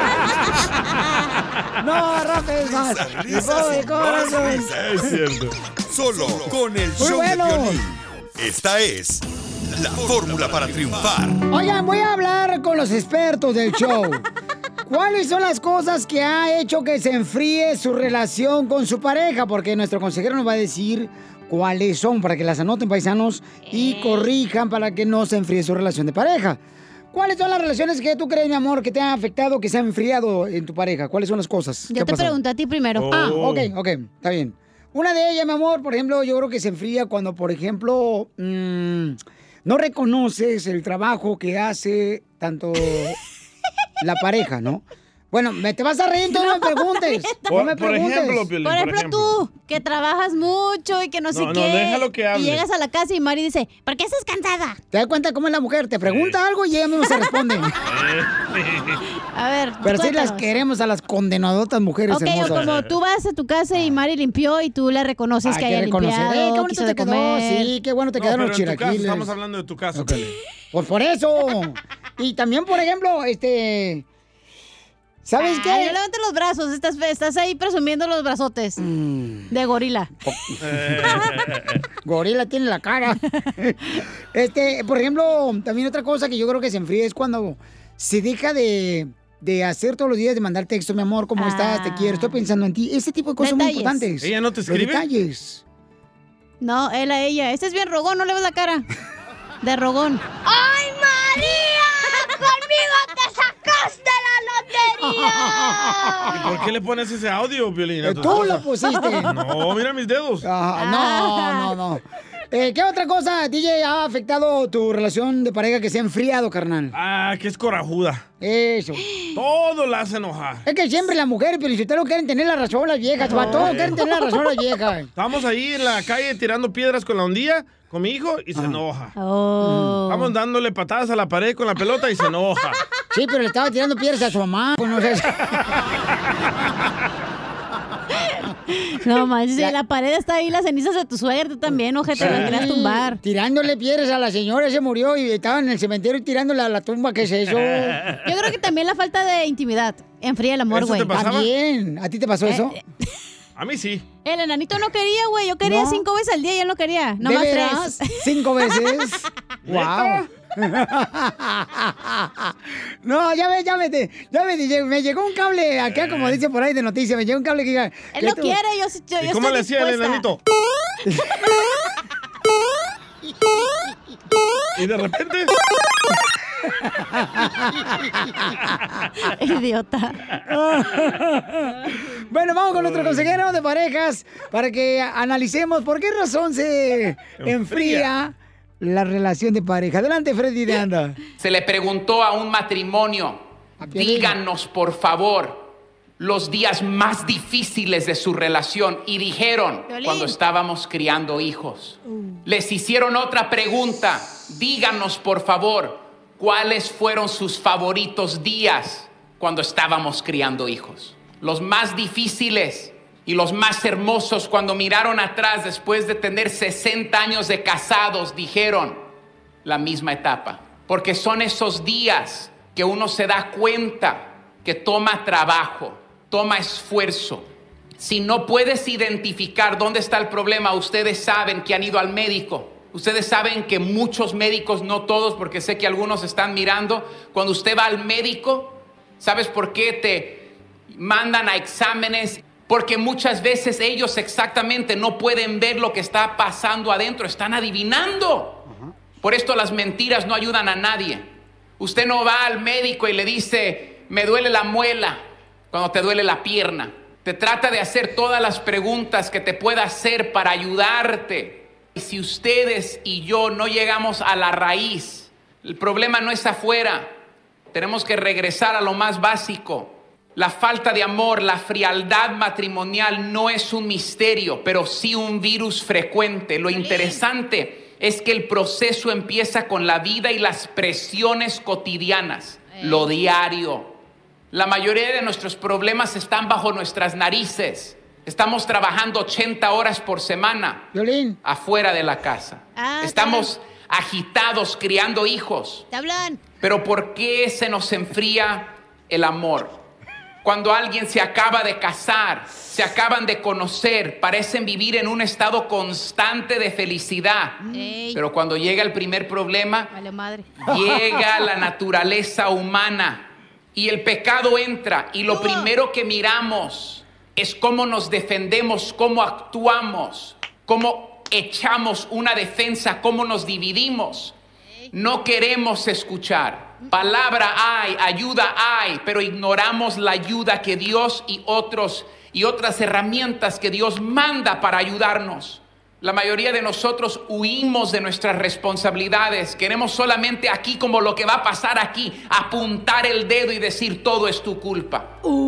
S3: No, rapes más. Mi pobre corazón.
S5: Es cierto. Solo con el
S3: Muy
S5: show
S3: bueno.
S5: de Piolín. Esta es la fórmula para triunfar.
S3: Oigan, voy a hablar con los expertos del show. ¿Cuáles son las cosas que ha hecho que se enfríe su relación con su pareja? Porque nuestro consejero nos va a decir cuáles son, para que las anoten, paisanos, y corrijan para que no se enfríe su relación de pareja. ¿Cuáles son las relaciones que tú crees, mi amor, que te han afectado, que se han enfriado en tu pareja? ¿Cuáles son las cosas?
S4: Yo te pregunté a ti primero.
S3: Ah, ok, ok, está bien. Una de ellas, mi amor, por ejemplo, yo creo que se enfría cuando, por ejemplo, mmm, no reconoces el trabajo que hace tanto la pareja, ¿no? Bueno, me te vas a reír, tú no, me preguntes.
S2: Por-
S3: no me
S2: por
S3: preguntes.
S2: ejemplo, Piolín,
S4: Por
S2: por
S4: ejemplo,
S2: ejemplo.
S4: tú, que trabajas mucho y que no sé
S2: No, no,
S4: qué.
S2: déjalo que hable.
S4: Y llegas a la casa y Mari dice, ¿por qué estás cansada?
S3: ¿Te das cuenta cómo es la mujer? Te pregunta algo y ella misma se responde.
S4: A ver,
S3: Pero sí las
S4: cuéntanos.
S3: queremos a las condenadotas mujeres
S4: Ok, o
S3: hermosas.
S4: como tú vas a tu casa y Mari limpió y tú le reconoces
S3: Hay
S4: que
S3: que
S4: haya
S3: reconocer.
S4: limpiado,
S3: Eh, qué bonito
S4: quiso
S3: te
S4: de
S3: quedó.
S4: comer.
S3: Sí, qué bueno te
S2: No,
S3: quedaron
S2: pero
S3: los
S2: en tu caso,
S3: chilaquiles.
S2: estamos hablando de tu caso.
S3: Pues por eso. Y también, por ejemplo, este... ¿Sabes
S4: Ay,
S3: qué?
S4: no levantes los brazos, estás, estás ahí presumiendo los brazotes.
S3: Mm.
S4: De gorila.
S3: Gorila tiene la cara. Este, por ejemplo, también otra cosa que yo creo que se enfría es cuando se deja de, de hacer todos los días, de mandar texto, mi amor, ¿cómo estás? Te quiero, estoy pensando en ti. Ese tipo de cosas muy
S4: Detalles.
S3: importantes.
S2: ¿Ella no te
S3: Los
S2: escribe?
S3: detalles.
S4: No, él a ella. Este es bien rogón, no le ves la cara. De rogón.
S10: ¡Ay, María! ¡Conmigo te sacaste la lotería!
S2: ¿Y por qué le pones ese audio, Piolín? a tu
S3: Tú lo
S2: esposa?
S3: pusiste.
S2: No, mira mis dedos.
S3: Ah, no, no, no. Eh, ¿Qué otra cosa, D J, ha afectado tu relación de pareja que se ha enfriado, carnal?
S2: Ah, que es corajuda.
S3: Eso.
S2: Todo la hace enojar.
S3: Es que siempre las mujeres, pero si ustedes no quieren tener la razón las viejas, para todos quieren tener la razón las viejas.
S2: Estamos ahí en la calle tirando piedras con la hundilla, con mi hijo, y se enoja.
S4: Oh.
S2: Estamos dándole patadas a la pared con la pelota y se enoja.
S3: Sí, pero le estaba tirando piedras a su mamá. Pues no sé.
S4: No manches, si la pared está ahí, las cenizas de tu suegra, tú también, ojete, la querías tumbar.
S3: Tirándole piedras a la señora, se murió y estaba en el cementerio tirándole a la tumba. ¿Qué es eso?
S4: Yo creo que también la falta de intimidad enfría el amor,
S2: ¿Eso
S4: güey.
S2: te pasaba?
S3: También. ¿A ti te pasó
S4: Eh,
S3: eso?
S4: eh,
S2: A mí sí.
S4: El enanito no quería, güey. Yo quería
S3: No.
S4: cinco veces al día y él no quería.
S3: ¿De
S4: Nomás
S3: veras?
S4: tres.
S3: ¿Cinco veces? ¡Wow! No, ya me, ya me, ya me, me llegó un cable acá, como dice por ahí de noticias, me llegó un cable que diga...
S4: Él lo quiere, yo, yo,
S2: ¿Y
S4: yo
S2: cómo
S4: estoy
S2: le hacía el
S4: dispuesta.
S2: enanito? Y de repente...
S4: Idiota.
S3: Bueno, vamos con nuestro consejero de parejas para que analicemos por qué razón se enfría la relación de pareja. Adelante, Freddy de Anda.
S1: Se le preguntó a un matrimonio, díganos por favor los días más difíciles de su relación, y dijeron,
S7: Piolín.
S1: cuando estábamos criando hijos. Les hicieron otra pregunta, díganos por favor cuáles fueron sus favoritos días cuando estábamos criando hijos. Los más difíciles y los más hermosos, cuando miraron atrás después de tener sesenta años de casados, dijeron la misma etapa. Porque son esos días que uno se da cuenta que toma trabajo, toma esfuerzo. Si no puedes identificar dónde está el problema, ustedes saben que han ido al médico. Ustedes saben que muchos médicos, no todos, porque sé que algunos están mirando, cuando usted va al médico, ¿sabes por qué te mandan a exámenes? Porque muchas veces ellos exactamente no pueden ver lo que está pasando adentro, están adivinando. Por esto las mentiras no ayudan a nadie. Usted no va al médico y le dice, me duele la muela, cuando te duele la pierna. Te trata de hacer todas las preguntas que te pueda hacer para ayudarte. Y si ustedes y yo no llegamos a la raíz, el problema no es afuera. Tenemos que regresar a lo más básico. La falta de amor, la frialdad matrimonial no es un misterio, pero sí un virus frecuente. Lo interesante es que el proceso empieza con la vida y las presiones cotidianas, lo diario. La mayoría de nuestros problemas están bajo nuestras narices. Estamos trabajando ochenta horas por semana
S3: Violín.
S1: afuera de la casa.
S4: Ah,
S1: Estamos agitados criando hijos.
S4: Te hablan.
S1: Pero ¿por qué se nos enfría el amor? Cuando alguien se acaba de casar, se acaban de conocer, parecen vivir en un estado constante de felicidad.
S4: Ey.
S1: Pero cuando llega el primer problema,
S4: Vale madre.
S1: llega la naturaleza humana y el pecado entra. Y lo primero que miramos es cómo nos defendemos, cómo actuamos, cómo echamos una defensa, cómo nos dividimos. No queremos escuchar. Palabra hay, ayuda hay, pero ignoramos la ayuda que Dios y otros y otras herramientas que Dios manda para ayudarnos. La mayoría de nosotros huimos de nuestras responsabilidades. Queremos solamente aquí, como lo que va a pasar aquí, apuntar el dedo y decir todo es tu culpa.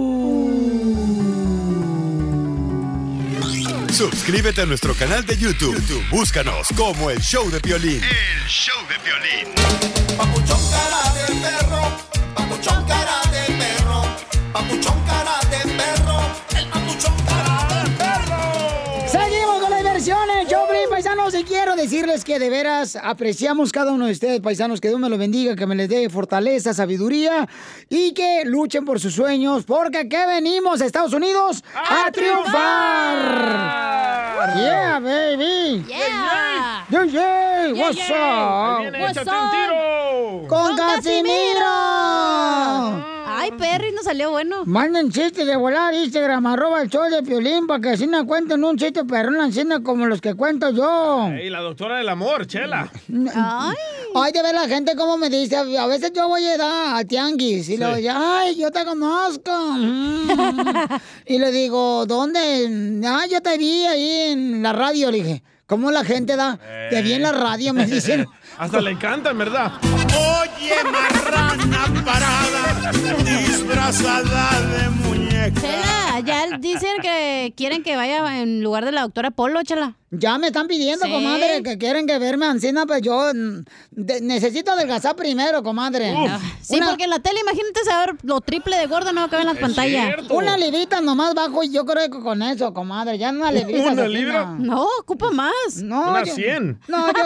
S5: Suscríbete a nuestro canal de YouTube. YouTube, búscanos como El Show de Piolín.
S7: El Show de Piolín. Papuchón cara de perro, papuchón cara de perro, papuchón cara de perro, el papuchón cara de perro.
S3: Seguimos con las diversiones, Choplin, paisanos, y quiero decirles que de veras apreciamos cada uno de ustedes, paisanos, que Dios me los bendiga, que me les dé fortaleza, sabiduría y que luchen por sus sueños, porque aquí venimos a Estados Unidos a, ¡A triunfar! Yeah, baby.
S4: Yeah.
S3: Yeah, yeah. What's
S4: yeah.
S3: up?
S2: Ahí viene,
S3: What's
S2: échate
S3: up?
S2: un tiro.
S3: Con Casimiro.
S4: Ay, Perry, nos salió bueno.
S3: Manden chistes de volar, Instagram, arroba el show de Piolín, para que así no cuenten un chiste perrón, así no como los que cuento yo.
S2: Ey, la doctora del amor, Chela.
S3: Ay. Ay, de ver la gente como me dice, a veces yo voy a ir a tianguis y
S2: Sí.
S3: le digo, ay, yo te conozco. Mm. Y le digo, ¿dónde? Ah, yo te vi ahí en la radio, le dije. ¿Cómo la gente da? Te vi en la radio, me dicen.
S2: Hasta le encantan, ¿verdad?
S7: Oye, marrana parada, disfrazada de muñeca.
S4: Chela, ya dicen que quieren que vaya en lugar de la doctora Polo, Chela.
S3: Ya me están pidiendo,
S4: Sí.
S3: comadre, que quieren que verme ancina, pues yo mm, de- necesito adelgazar primero, comadre.
S4: Ah, sí, porque en la tele, imagínate saber lo triple de gorda no va a caber en la pantalla.
S2: cierto.
S3: Una librita nomás bajo y yo creo que con eso, comadre, ya una librita.
S2: ¿Una
S3: así,
S2: libra?
S3: no.
S4: No, ocupa más.
S3: No,
S2: Una
S3: yo-
S2: cien.
S3: No, yo...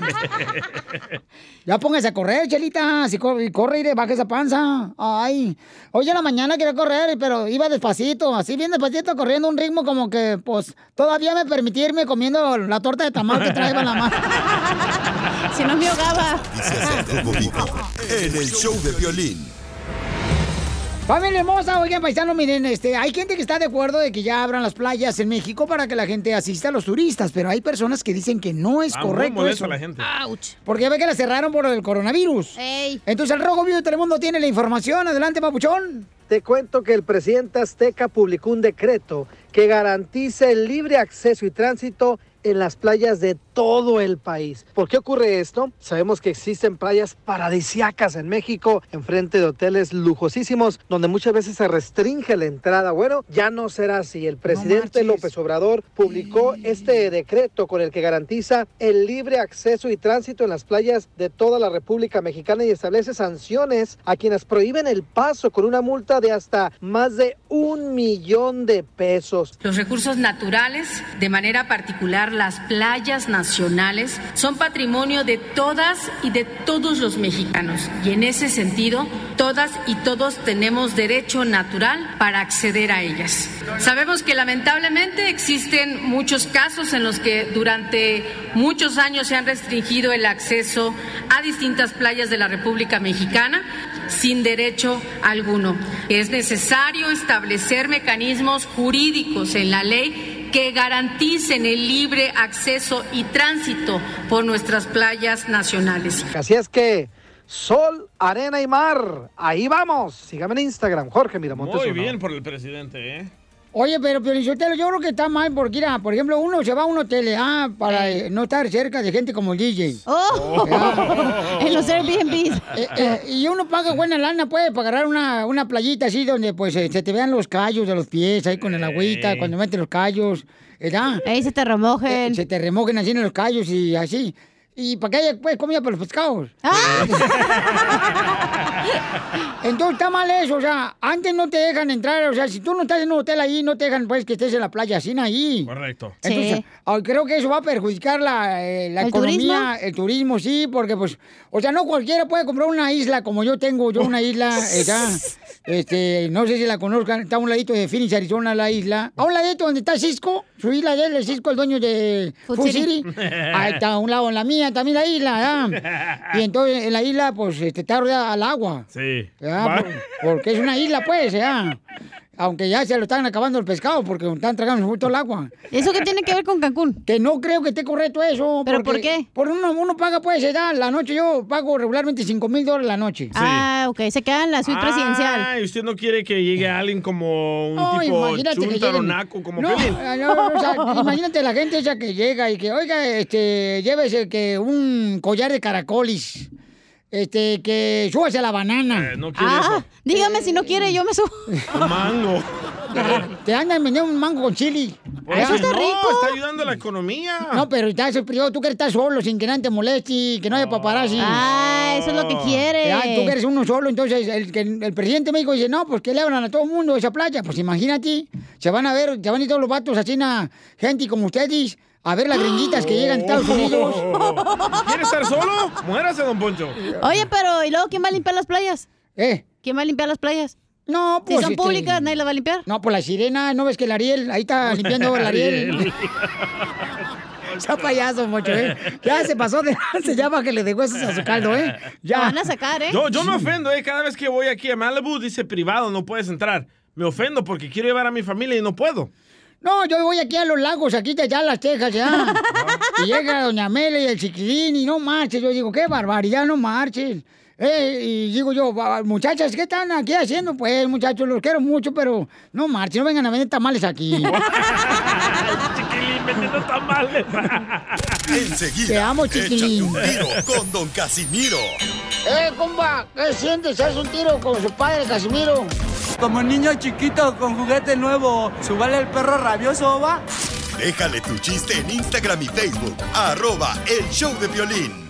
S3: Ya póngase a correr, Chelita. Si corre, corre y le baja esa panza. Ay. Hoy en la mañana quería correr, pero iba despacito. Así bien despacito, corriendo un ritmo como que, pues, todavía me permitía irme comiendo la torta de tamal que traía en la mano.
S4: Si no me ahogaba.
S5: En el show de Piolín.
S3: Familia hermosa, oigan, paisano, miren, este, hay gente que está de acuerdo de que ya abran las playas en México para que la gente asista a los turistas, pero hay personas que dicen que no es
S2: Ah, muy
S3: correcto
S2: molesta
S3: eso.
S2: la gente.
S4: Ouch.
S3: Porque ya ve que la cerraron por el coronavirus.
S4: Ey.
S3: Entonces el Rojo Vivo de Telemundo tiene la información. Adelante, papuchón.
S6: Te cuento que el presidente azteca publicó un decreto que garantiza el libre acceso y tránsito en las playas de todo el país. ¿Por qué ocurre esto? Sabemos que existen playas paradisíacas en México, enfrente de hoteles lujosísimos, donde muchas veces se restringe la entrada. Bueno, ya no será así. El presidente
S3: No
S6: López Obrador publicó este decreto con el que garantiza el libre acceso y tránsito en las playas de toda la República Mexicana y establece sanciones a quienes prohíben el paso con una multa de hasta más de un millón de pesos.
S8: Los recursos naturales, de manera particular las playas nacionales, son patrimonio de todas y de todos los mexicanos. Y en ese sentido, todas y todos tenemos derecho natural para acceder a ellas. Sabemos que lamentablemente existen muchos casos en los que durante muchos años se han restringido el acceso a distintas playas de la República Mexicana sin derecho alguno. Es necesario establecer mecanismos jurídicos en la ley que garanticen el libre acceso y tránsito por nuestras playas nacionales.
S6: Así es que sol, arena y mar, ahí vamos. Sígame en Instagram, Jorge Miramontes.
S2: Muy
S6: uno.
S2: bien por el presidente, ¿eh?
S3: Oye, pero Piolinsotelo, yo creo que está mal porque, mira, por ejemplo, uno se va a un hotel ah, para eh, no estar cerca de gente como el D J.
S4: ¡Oh!
S3: Ah.
S4: En los Airbnb.
S3: Eh, eh, y uno paga buena lana, pues, para agarrar una, una playita así donde, pues, eh, se te vean los callos de los pies ahí con el agüita,
S2: Ey.
S3: cuando meten los callos, ¿verdad?
S4: Ahí se te remojen.
S3: Eh, se te remojen así en los callos y así. Y para que haya, pues, comida para los pescados. Entonces está mal eso, o sea, antes no te dejan entrar, o sea, si tú no estás en un hotel ahí, no te dejan, pues, que estés en la playa, así ahí.
S2: Correcto.
S3: Entonces,
S4: Sí.
S3: ah, creo que eso va a perjudicar la, eh, la
S4: ¿El
S3: economía,
S4: turismo?
S3: el turismo, sí, porque, pues, o sea, no cualquiera puede comprar una isla como yo tengo, yo una isla, eh, ya, este, no sé si la conozcan, está a un ladito de Phoenix, Arizona, la isla, a un ladito donde está Cisco, su isla de él, el Cisco, el dueño de
S4: Food
S3: Food
S4: City.
S3: City, ahí está a un lado en la mía, también la isla, ¿verdad? Y entonces en la isla, pues, este, está rodeada al agua.
S2: Sí.
S3: Ya,
S2: Va.
S3: por- porque es una isla, pues, ya. Aunque ya se lo están acabando el pescado porque están tragando todo el agua.
S4: ¿Eso qué tiene que ver con Cancún?
S3: Que no creo que esté correcto eso.
S4: ¿Pero
S3: porque-
S4: por qué?
S3: Por uno, uno paga, pues, ya, la noche. Yo pago regularmente cinco mil dólares la noche.
S4: Ah, ok, se queda en la suite presidencial.
S2: Ah, y usted no quiere que llegue alguien como un
S3: No,
S2: tipo
S3: imagínate que
S2: chuntaro
S3: lleguen-
S2: naco como
S3: no,
S2: Piolín.
S3: ah, no, no, o sea, imagínate la gente esa que llega y que, oiga, este, llévese que un collar de caracolis. Este, que súbase a la banana.
S2: Eh, no quiere
S4: Ah, dígame si no quiere, yo me subo.
S2: eso. Un mango.
S3: Te andan vendiendo un mango con chili.
S2: Pues
S3: ¿Ya?
S2: que no, está ayudando a la economía.
S3: No, pero estás privado, tú quieres estar solo sin que nadie te moleste, que no haya paparazzi.
S4: Ah, eso es lo que quiere.
S3: Ya, tú que eres uno solo, entonces el, que el presidente me dice, no, pues que le abran a todo el mundo esa playa. Pues imagínate, se van a ver, se van a ir todos los vatos así, na, gente como ustedes, a ver las gringuitas que llegan de Estados Unidos.
S2: ¿Quiere estar solo? Muérase, don Poncho.
S4: Oye, pero ¿y luego quién va a limpiar las playas?
S3: ¿Eh?
S4: ¿Quién va a limpiar las playas?
S3: No,
S4: Si
S3: pues...
S4: son
S3: este,
S4: públicas, nadie las va a limpiar.
S3: No, pues la sirena, ¿no ves que el Ariel? Ahí está limpiando el Ariel. Sea payaso, Mocho, ¿eh? Ya se pasó de se llama que le de huesos a su caldo, ¿eh? Ya.
S4: Lo van a sacar, ¿eh?
S2: Yo, yo me ofendo, ¿eh? Cada vez que voy aquí a Malibu dice privado, no puedes entrar. Me ofendo porque quiero llevar a mi familia y no puedo.
S3: No, yo voy aquí a los lagos, aquí de allá las Texas, ya. Y llega doña Mela y el chiquilín y no marches. Yo digo, qué barbaridad, no marches. Eh, y digo yo, "Va- muchachas, ¿qué están aquí haciendo? Pues, muchachos, los quiero mucho, pero no marchen, no vengan a vender tamales aquí.
S2: Chiquilín, vendiendo tamales.
S5: Enseguida,
S3: Te amo,
S5: échate
S3: chiquilín.
S5: un tiro con Don Casimiro.
S3: Eh, compa, ¿qué sientes? ¿Haz un tiro con su padre, Casimiro?
S18: Como niño chiquito con juguete nuevo, ¿subale el perro rabioso, va?
S5: Déjale tu chiste en Instagram y Facebook. Arroba El Show de Piolín.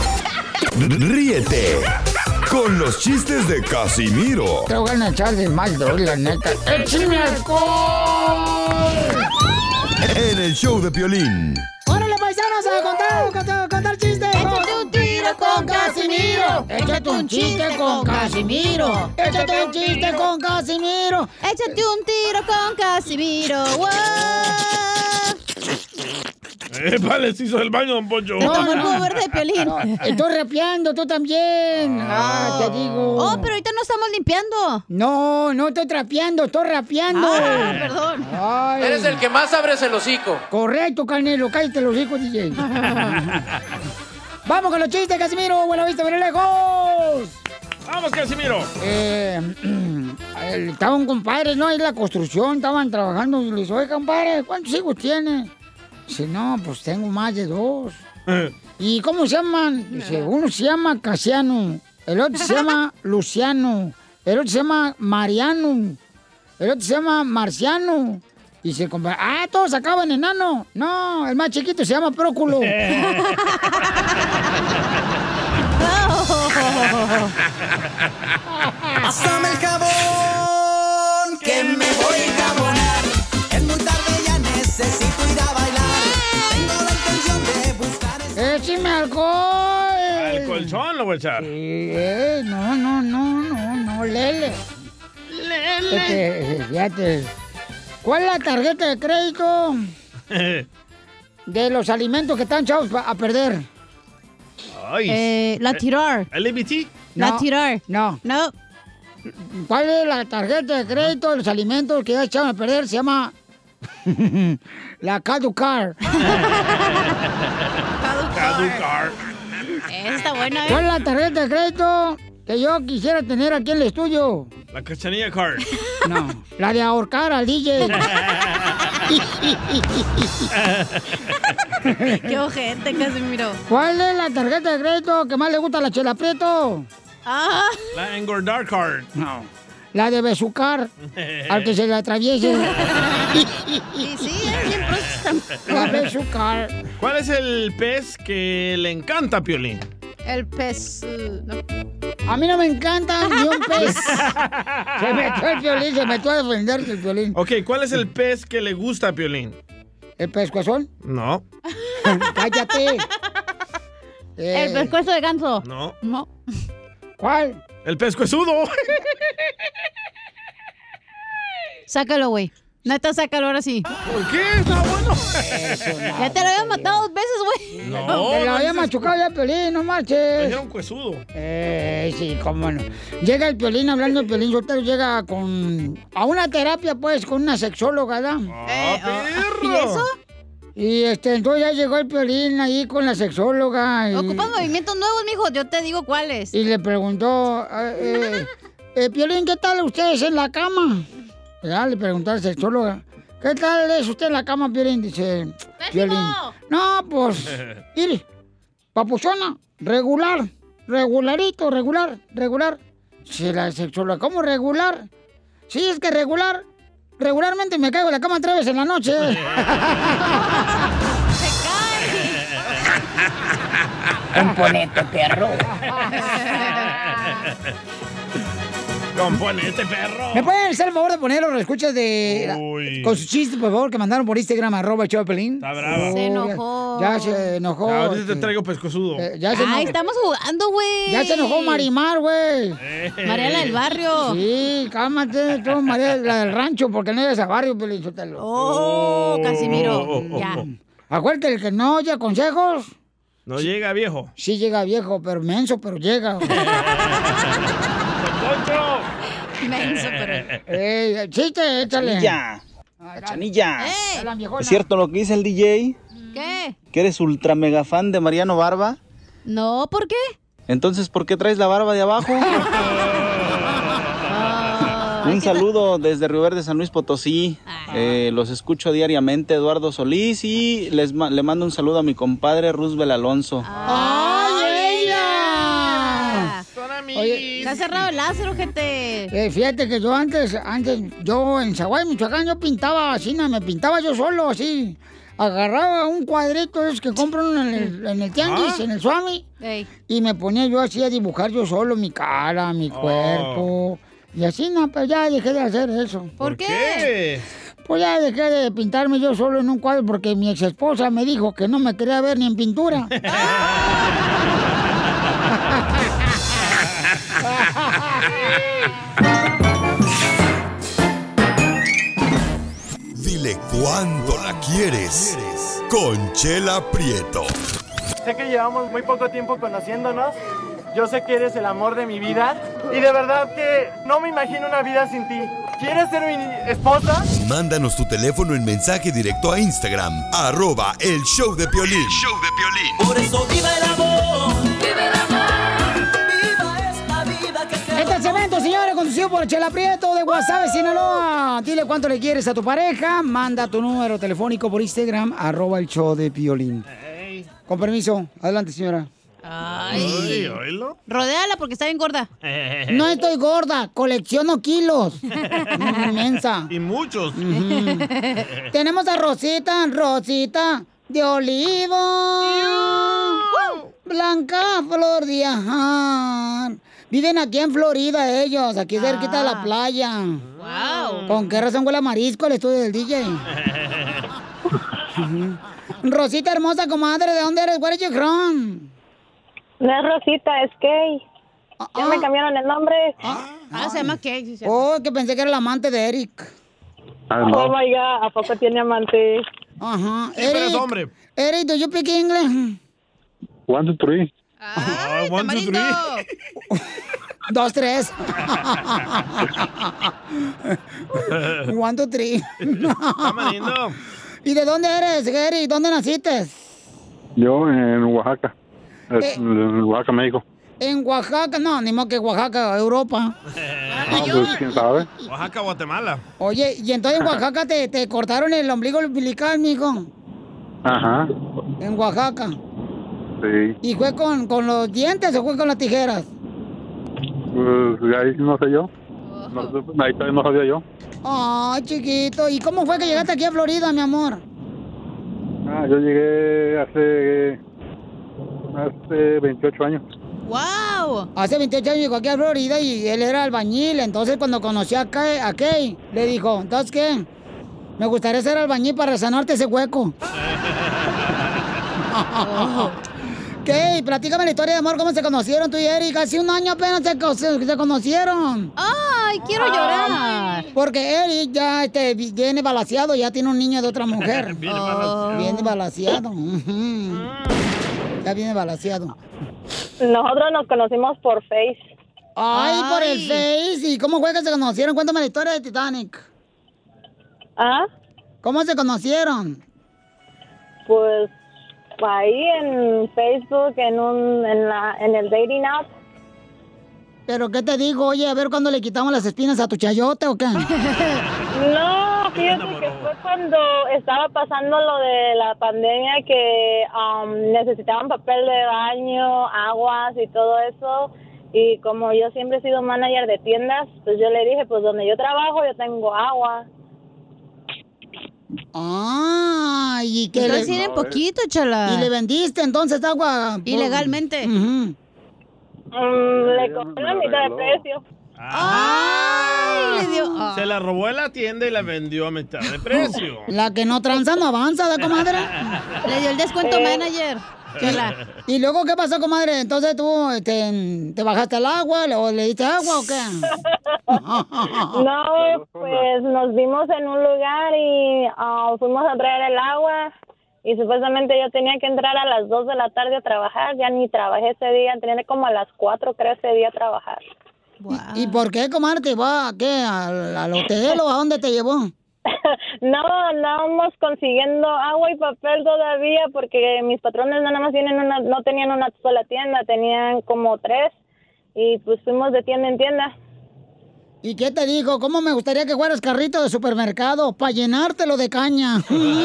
S11: Ríete con los chistes de Casimiro
S3: Te voy a echar de mal, doy, la neta. ¡Échame alcohol!
S11: en el Show de Piolín.
S3: ¡Órale, paisanos, a contar, contar, contar chistes!
S4: Échate un tiro con Casimiro.
S3: Échate un chiste con Casimiro. Échate un chiste con Casimiro.
S4: Échate un tiro con Casimiro. ¡Wow!
S2: Epa, les hizo el baño, don Poncho.
S4: Se tomó el jugo verde de Piolín.
S3: No, estoy rapeando, tú también. Ah, te digo.
S4: Oh, pero ahorita no estamos limpiando.
S3: No, no estoy trapeando, estoy rapeando.
S4: Ah, perdón.
S3: Ay.
S9: Eres el que más abres el hocico.
S3: Correcto, Canelo, cállate los hijos, D J. Vamos con los chistes, Casimiro. Buena vista, pero lejos.
S2: Vamos, Casimiro.
S3: Eh, estaban compadres, ¿no? En la construcción, estaban trabajando. Y le dice, oye, compadre, ¿cuántos hijos tiene? Dice, no, pues tengo más de dos. ¿Y cómo se llaman? Dice, uno se llama Casiano, el otro se llama Luciano, el otro se llama Mariano, el otro se llama Marciano. Dice, compadre, ah, todos acaban en enano. No, el más chiquito se llama Próculo.
S7: Pásame el jabón, que me voy a enjabonar. Es muy tarde, ya necesito ir a bailar. Tengo la intención de buscar...
S3: ¡Écheme alcohol!
S2: Al colchón lo voy a echar.
S3: Sí, eh, no, no, no, no, no, lele.
S2: Lele.
S3: Este, fíjate. ¿Cuál es la tarjeta de crédito de los alimentos que están echados pa- a perder?
S2: Ay.
S4: Eh, la tirar.
S2: ¿L B T?
S4: La
S3: No.
S4: tirar.
S3: No.
S4: No.
S3: ¿Cuál es la tarjeta de crédito de los alimentos que ya echaron a perder? Se llama la Caducar.
S2: Caducar.
S4: Esa está buena, ¿eh?
S3: ¿Cuál es la tarjeta de crédito que yo quisiera tener aquí en el estudio?
S2: La Cachanilla Card.
S3: No, la de ahorcar al D J.
S4: Qué ojete, Casimiro.
S3: ¿Cuál es la tarjeta de crédito que más le gusta a la Chela Prieto?
S4: Ah.
S2: La Engordar Card.
S3: No. La de besucar al que se le atraviese.
S4: Y sí, es bien próxima.
S3: La besucar.
S2: ¿Cuál es el pez que le encanta a Piolín?
S4: El pez. uh, no.
S3: A mí no me encanta ni un pez. Se metió el Piolín, se metió a defenderse el Piolín.
S2: Ok, ¿cuál es el pez que le gusta a Piolín?
S3: ¿El pescuezón?
S2: No.
S3: Cállate. Eh,
S4: El pescuezo de ganso.
S2: No.
S4: No.
S3: ¿Cuál?
S2: El pescuezudo.
S4: Sácalo, güey. Neta, sácalo ahora sí.
S2: ¿Por qué? Está bueno.
S3: Eso,
S4: Ya te lo había matado dos veces, güey.
S2: No,
S3: Te lo
S2: no
S3: había
S2: dices-
S3: machucado ya, Piolín, no
S2: Me
S3: marches.
S2: dijeron cuezudo.
S3: Eh, sí, cómo no. Llega el Piolín, hablando del Piolín, Sotelo, llega con... a una terapia, pues, con una sexóloga, ¿verdad?
S4: Eh,
S2: ¡Ah, perro!
S4: ¿Y eso?
S3: Y este, entonces ya llegó el Piolín ahí con la sexóloga. Y,
S4: Ocupan movimientos nuevos, mijo. Yo te digo cuáles.
S3: y le preguntó, eh, eh, eh, Piolín, ¿qué tal ustedes en la cama? Ya le preguntó a la sexóloga, ¿qué tal es usted en la cama, Piolín? Dice, Piolín, no, pues, mire, papuchona, regular, regularito, regular, regular. Dice la sexóloga, ¿cómo regular? Sí, es que regular, regularmente me caigo en la cama tres veces en la noche.
S7: Componente, perro.
S2: Componente, perro.
S3: ¿Me pueden hacer el favor de ponerlo, lo escuchas de...
S2: Uy.
S3: con sus chistes, por favor, que mandaron por Instagram, arroba el show de Pelín?
S2: Está brava.
S4: Se enojó.
S3: Ya se enojó.
S2: Ya, ahorita te
S3: este,
S2: traigo pescozudo.
S3: eh, ya se
S4: Ay,
S3: enojó.
S4: estamos jugando, güey.
S3: Ya se enojó Marimar, güey.
S4: Mariela del barrio.
S3: Sí, cálmate, tú, María, la del rancho, porque no eres a barrio, Pelín, Sotelo.
S4: Oh, Casimiro.
S2: Oh, oh, oh,
S4: Ya.
S2: oh.
S3: Acuérdate, el que no oye consejos,
S2: No llega, viejo.
S3: sí llega viejo, pero menso, pero llega.
S4: Menso, pero...
S3: eh, chiste, échale.
S23: Ya.
S3: Ah,
S23: Cachanilla.
S4: ¡Eh!
S3: la viejona.
S23: ¿Es cierto lo que dice el D J?
S4: ¿Qué?
S23: ¿Que eres ultra mega fan de Mariano Barba?
S4: No, ¿por qué?
S23: Entonces, ¿por qué traes la barba de abajo? Un saludo desde Río Verde, San Luis Potosí. Eh, los escucho diariamente, Eduardo Solís, y les ma- le mando un saludo a mi compadre Roosevelt Alonso.
S3: ¡Ay, ella! Oye,
S4: Está cerrado el láser, gente.
S3: Eh, fíjate que yo antes, antes, yo en Zaguay, Michoacán, yo pintaba así, no, me pintaba yo solo, así. Agarraba un cuadrito esos que compro en el, en el tianguis,
S4: Ah.
S3: en el Suami,
S4: Ey.
S3: y me ponía yo así a dibujar yo solo mi cara, mi
S2: Oh.
S3: cuerpo. Y así, no, pues ya dejé de hacer eso.
S4: ¿Por qué?
S3: Pues ya dejé de pintarme yo solo en un cuadro porque mi ex esposa me dijo que no me quería ver ni en pintura.
S5: Dile cuándo la quieres. con Chela Prieto.
S12: Sé que llevamos muy poco tiempo conociéndonos. Yo sé que eres el amor de mi vida. Y de verdad que no me imagino una vida sin ti. ¿Quieres ser mi esposa?
S5: Mándanos tu teléfono en mensaje directo a Instagram, arroba el show de Piolín.
S10: El show de Piolín. Por eso viva el amor. Viva el amor. Viva esta vida que se...
S3: Este segmento, señores, conducido por Chela Prieto de Guasave, Sinaloa. Dile cuánto le quieres a tu pareja. Manda tu número telefónico por Instagram, arroba el show de Piolín. Hey. Con permiso. Adelante, señora.
S4: Ay.
S2: ¿Oílo?
S4: Rodéala porque está bien gorda.
S3: No estoy gorda, colecciono kilos. Inmensa.
S2: Y muchos.
S3: Uh-huh. Tenemos a Rosita, Rosita de Olivo. Blanca Flor de Ajar. Viven aquí en Florida ellos, aquí cerquita de la playa.
S4: Wow.
S3: ¿Con qué razón huele a marisco el estudio del D J? Uh-huh. Rosita hermosa, comadre, ¿de dónde eres? Where are you from?
S13: No es Rosita, es Kay.
S3: Ah,
S13: ya
S3: ah.
S13: me cambiaron el nombre.
S4: Ah, ah se llama Kay. Sí, sí.
S3: Oh, que pensé que era el amante de Eric.
S13: Oh my God, ¿a poco tiene amante?
S3: Ajá.
S2: Sí, pero es hombre.
S3: Eric, do you speak English?
S14: One, two, three.
S4: Ay,
S2: one, two, three.
S3: Dos, tres. One, two, three.
S2: Tamarindo.
S3: ¿Y de dónde eres, Eric? ¿Dónde naciste?
S14: Yo en Oaxaca.
S3: Eh.
S14: En Oaxaca, México.
S3: En Oaxaca, no, ni modo que Oaxaca, Europa.
S14: Ah, pues quién sabe.
S2: Oaxaca, Guatemala.
S3: Oye, ¿y entonces en Oaxaca te, te cortaron el ombligo umbilical, mijo?
S14: Ajá.
S3: En Oaxaca.
S14: Sí.
S3: ¿Y fue con, con los dientes o fue con las tijeras?
S14: Pues ahí no sé yo. No, ahí todavía no sabía yo.
S3: Ay, chiquito. ¿Y cómo fue que llegaste aquí a Florida, mi amor?
S14: Ah, yo llegué hace... hace veintiocho años.
S3: ¡Wow! Hace veintiocho años llegó aquí a Florida y él era albañil. Entonces, cuando conoció a Kay, a Kay le dijo, ¿entonces qué? Me gustaría ser albañil para sanarte ese hueco. Oh. Kay, platícame la historia de amor, cómo se conocieron tú y Eric. Hace un año apenas se, se, se conocieron.
S4: ¡Ay, quiero llorar!
S3: Porque Eric ya este, viene balaseado, ya tiene un niño de otra mujer.
S2: Viene balaseado.
S3: Viene balaseado. Uh-huh. Ya viene balaseado.
S13: Nosotros nos conocimos por Face.
S3: Ay,
S13: Ay,
S3: por el Face. ¿Y cómo fue que se conocieron? Cuéntame la historia de Titanic.
S13: ¿Ah?
S3: ¿Cómo se conocieron?
S13: Pues ahí en Facebook, en un en la en el dating app.
S3: ¿Pero qué te digo? Oye, a ver cuándo le quitamos las espinas a tu chayote o qué.
S13: No, fíjate que fue cuando estaba pasando lo de la pandemia que um, necesitaban papel de baño, aguas y todo eso. Y como yo siempre he sido manager de tiendas, pues yo le dije, pues donde yo trabajo yo tengo agua.
S3: Ah, y que
S4: entonces
S3: le...
S4: tienen poquito, chala.
S3: Y le vendiste entonces agua.
S4: Ilegalmente.
S3: Uh-huh.
S13: Mm, le compré la mitad de precio.
S2: Ah,
S4: Ay, le dio. Oh.
S2: Se la robó en la tienda y la vendió a mitad de precio.
S3: La que no tranza no avanza, ¿de comadre?
S4: Le dio el descuento
S13: Eh.
S4: manager. Chela.
S3: ¿Y luego qué pasó, comadre? Entonces tú te, te bajaste al agua o le diste agua o qué?
S13: No, pues nos vimos en un lugar y uh, fuimos a traer el agua y supuestamente yo tenía que entrar a las dos de la tarde a trabajar. Ya ni trabajé ese día, tenía como a las cuatro creo ese día a trabajar.
S3: Wow. ¿Y, ¿Y por qué, comadre, te llevó a qué? ¿Al, al hotel o a dónde te llevó?
S13: No, andábamos consiguiendo agua y papel todavía porque mis patrones nada más tienen una, no tenían una sola tienda, tenían como tres y pues fuimos de tienda en tienda.
S3: ¿Y qué te dijo? ¿Cómo me gustaría que fueras carrito de supermercado para llenártelo de caña?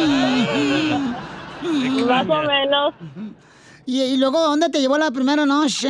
S13: Más o menos.
S3: ¿Y, y luego dónde te llevó la primera noche?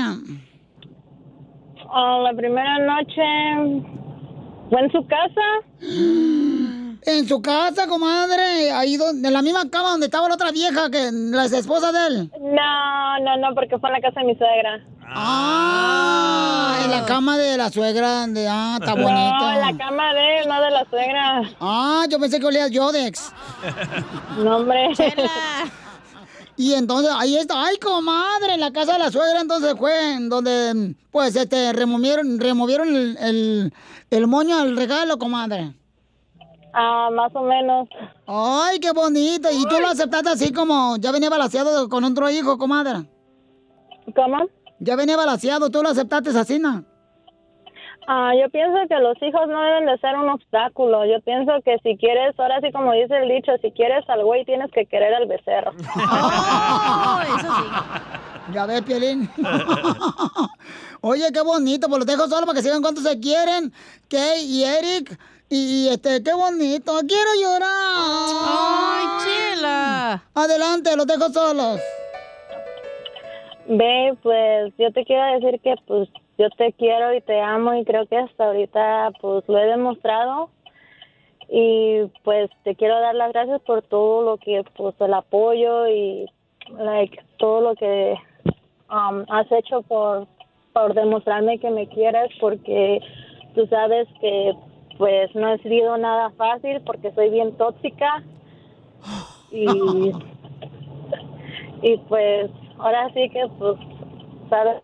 S13: Oh, la primera noche fue en su casa.
S3: En su casa, comadre, ahí donde, en la misma cama donde estaba la otra vieja, que la esposa de él.
S13: No, no, no, porque fue en la casa de mi suegra.
S3: Ah, en la cama de la suegra, de, ah, está bonita.
S13: No, en la cama de él, no de la suegra.
S3: Ah, yo pensé que olías Yodex.
S13: No, hombre.
S3: Y entonces, ahí está, ay, comadre, en la casa de la suegra, entonces fue en donde, pues, este, removieron, removieron el, el, el moño al regalo, comadre.
S13: Ah, más o menos.
S3: Ay, qué bonito. ¿Y tú lo aceptaste así como ya venía balanceado con otro hijo, comadre?
S13: ¿Cómo?
S3: Ya venía balanceado, ¿tú lo aceptaste así, no?
S13: Ah, yo pienso que los hijos no deben de ser un obstáculo. Yo pienso que si quieres, ahora sí como dice el dicho, si quieres al güey tienes que querer al becerro.
S4: Oh, eso sí.
S3: Ya ves, Piolín. Oye, qué bonito, pues los dejo solo para que sigan cuánto se quieren. Kay y Eric. Y este, qué bonito. Quiero llorar.
S4: Ay, Chela.
S3: Adelante, los dejo solos.
S13: Ve, pues yo te quiero decir que pues yo te quiero y te amo y creo que hasta ahorita pues lo he demostrado. Y pues te quiero dar las gracias por todo lo que, pues el apoyo y like todo lo que um, has hecho por, por demostrarme que me quieres, porque tú sabes que pues no he sido nada fácil porque soy bien tóxica y, y pues ahora sí que pues sabes.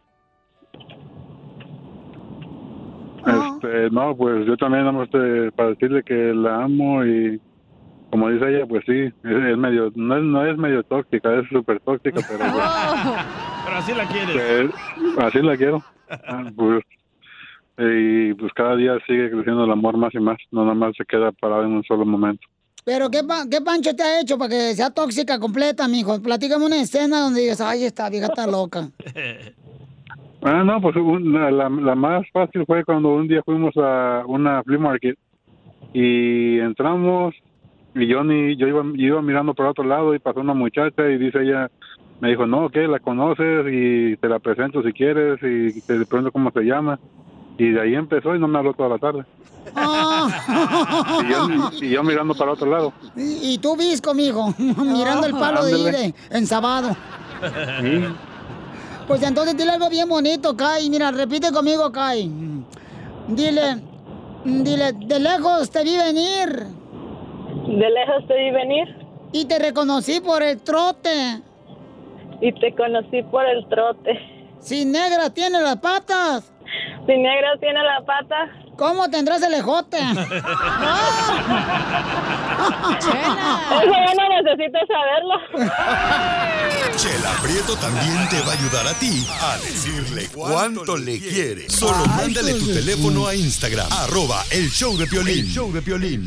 S14: Este, no, pues yo también nada más te- para decirle que la amo y como dice ella, pues sí, es, es medio, no es, no es medio tóxica, es súper tóxica, pero pues,
S2: Pero así la quieres.
S14: pues, así la quiero. Ah, pues, y pues cada día sigue creciendo el amor más y más, no nada más se queda parado en un solo momento.
S3: Pero ¿qué, pa- qué Pancho te ha hecho para que sea tóxica completa, mijo? Platícame una escena donde digas, ay, esta vieja está loca.
S14: Ah, no, pues un- la, la, la más fácil fue cuando un día fuimos a una flea market y entramos y yo ni yo iba, iba mirando por otro lado y pasó una muchacha y dice ella, me dijo, no, ¿qué? ¿La conoces? Y te la presento si quieres y te pregunto cómo se llama. Y de ahí empezó y no me habló toda la tarde. Y yo, y yo mirando para otro lado.
S3: Y, y tú visco, mijo, mirando el palo de
S14: Ándale.
S3: ire, ensabado.
S14: Sí.
S3: Pues entonces dile algo bien bonito, Kai. Mira, repite conmigo, Kai. Dile, dile, de lejos te vi venir.
S13: De lejos te vi venir.
S3: Y te reconocí por el trote.
S13: Y te conocí por el trote.
S3: Si negra tiene las patas.
S13: Si negra tiene la pata.
S3: ¿Cómo tendrás el ejote?
S13: Eso ya no necesito saberlo.
S5: Chela Prieto también te va a ayudar a ti a decirle cuánto le quiere. Solo mándale tu teléfono a Instagram, arroba el show de Piolín. El show de Piolín.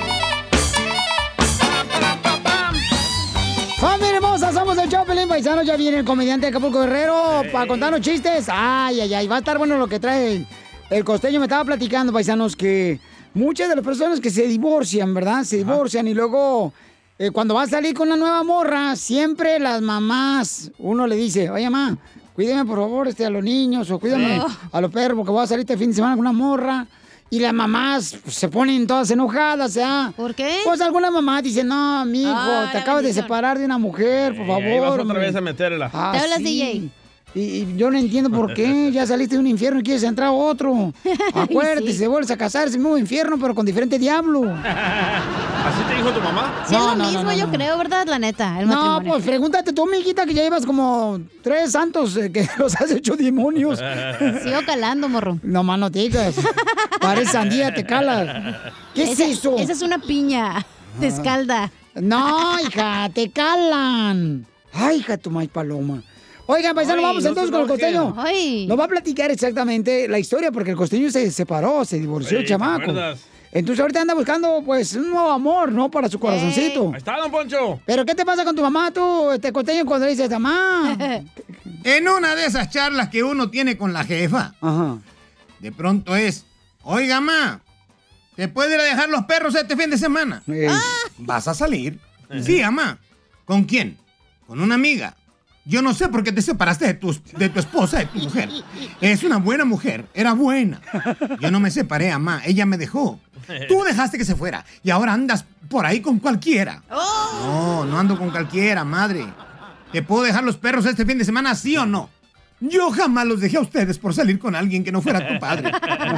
S3: ¡Familia hermosa! Somos el Chopelín Paisanos. Ya viene el comediante de Acapulco Guerrero para contarnos chistes. Ay, ay, ay. Va a estar bueno lo que trae el costeño. Me estaba platicando, paisanos, que muchas de las personas que se divorcian, ¿verdad? Se divorcian y luego eh, cuando va a salir con una nueva morra, siempre las mamás, uno le dice, oye, mamá, cuídeme por favor este, a los niños o cuídame
S4: Oh.
S3: a los perros porque voy a salir este fin de semana con una morra. Y las mamás pues, se ponen todas enojadas, ¿ya?
S4: ¿Por qué?
S3: Pues algunas mamás dicen, no, mijo,
S4: Ah,
S3: te
S4: la
S3: acabas de
S4: bendición.
S3: separar de una mujer, por favor.
S2: Eh, ahí vas otra
S3: hombre".
S2: vez a meterla.
S3: Ah,
S4: ¿Te hablas,
S3: sí.
S4: D J?
S3: Y, y yo no entiendo por qué. Ya saliste de un infierno y quieres entrar a otro. Acuérdate,
S4: Sí.
S3: si se vuelves a casar, es el mismo infierno, pero con diferente diablo.
S2: ¿Así te dijo tu mamá?
S4: Sí, es
S3: No,
S4: lo
S3: no,
S4: mismo,
S3: no, no,
S4: yo
S3: no.
S4: creo, ¿verdad? La neta, el
S3: No,
S4: matrimonio.
S3: pues pregúntate tú, mijita, que ya llevas como tres santos eh, que los has hecho demonios.
S4: Sigo calando, morro.
S3: No más no digas. Parece sandía, te calas. ¿Qué es
S4: Esa-
S3: eso?
S4: Esa es una piña. Te escalda.
S3: No, hija, te calan. Ay, hija, tu maíz paloma. Oigan, paisano,
S2: Ay,
S3: vamos
S2: no
S3: entonces
S2: se
S3: con el
S2: enojen.
S3: costeño.
S4: Ay.
S3: Nos va a platicar exactamente la historia porque el costeño se separó, se divorció
S2: Ey,
S3: el
S2: ¿te
S3: chamaco.
S2: acuerdas?
S3: Entonces ahorita anda buscando, pues, un nuevo amor, ¿no? Para su corazoncito.
S2: Ahí está, don Poncho.
S3: Pero, ¿qué te pasa con tu mamá, tú, este costeño, cuando le dices, mamá?
S15: En una de esas charlas que uno tiene con la jefa,
S3: Ajá.
S15: de pronto es, oiga, ma, ¿te puede ir a dejar los perros este fin de semana?
S3: Ey.
S15: ¿Vas a salir? Sí, mamá. ¿Con quién? Con una amiga. Yo no sé por qué te separaste de tu, de tu esposa, de tu mujer. Es una buena mujer, era buena. Yo no me separé, mamá, ella me dejó. Tú dejaste que se fuera y ahora andas por ahí con cualquiera. No, no ando con cualquiera, madre. ¿Te puedo dejar los perros este fin de semana, sí o no? Yo jamás los dejé a ustedes por salir con alguien que no fuera tu padre.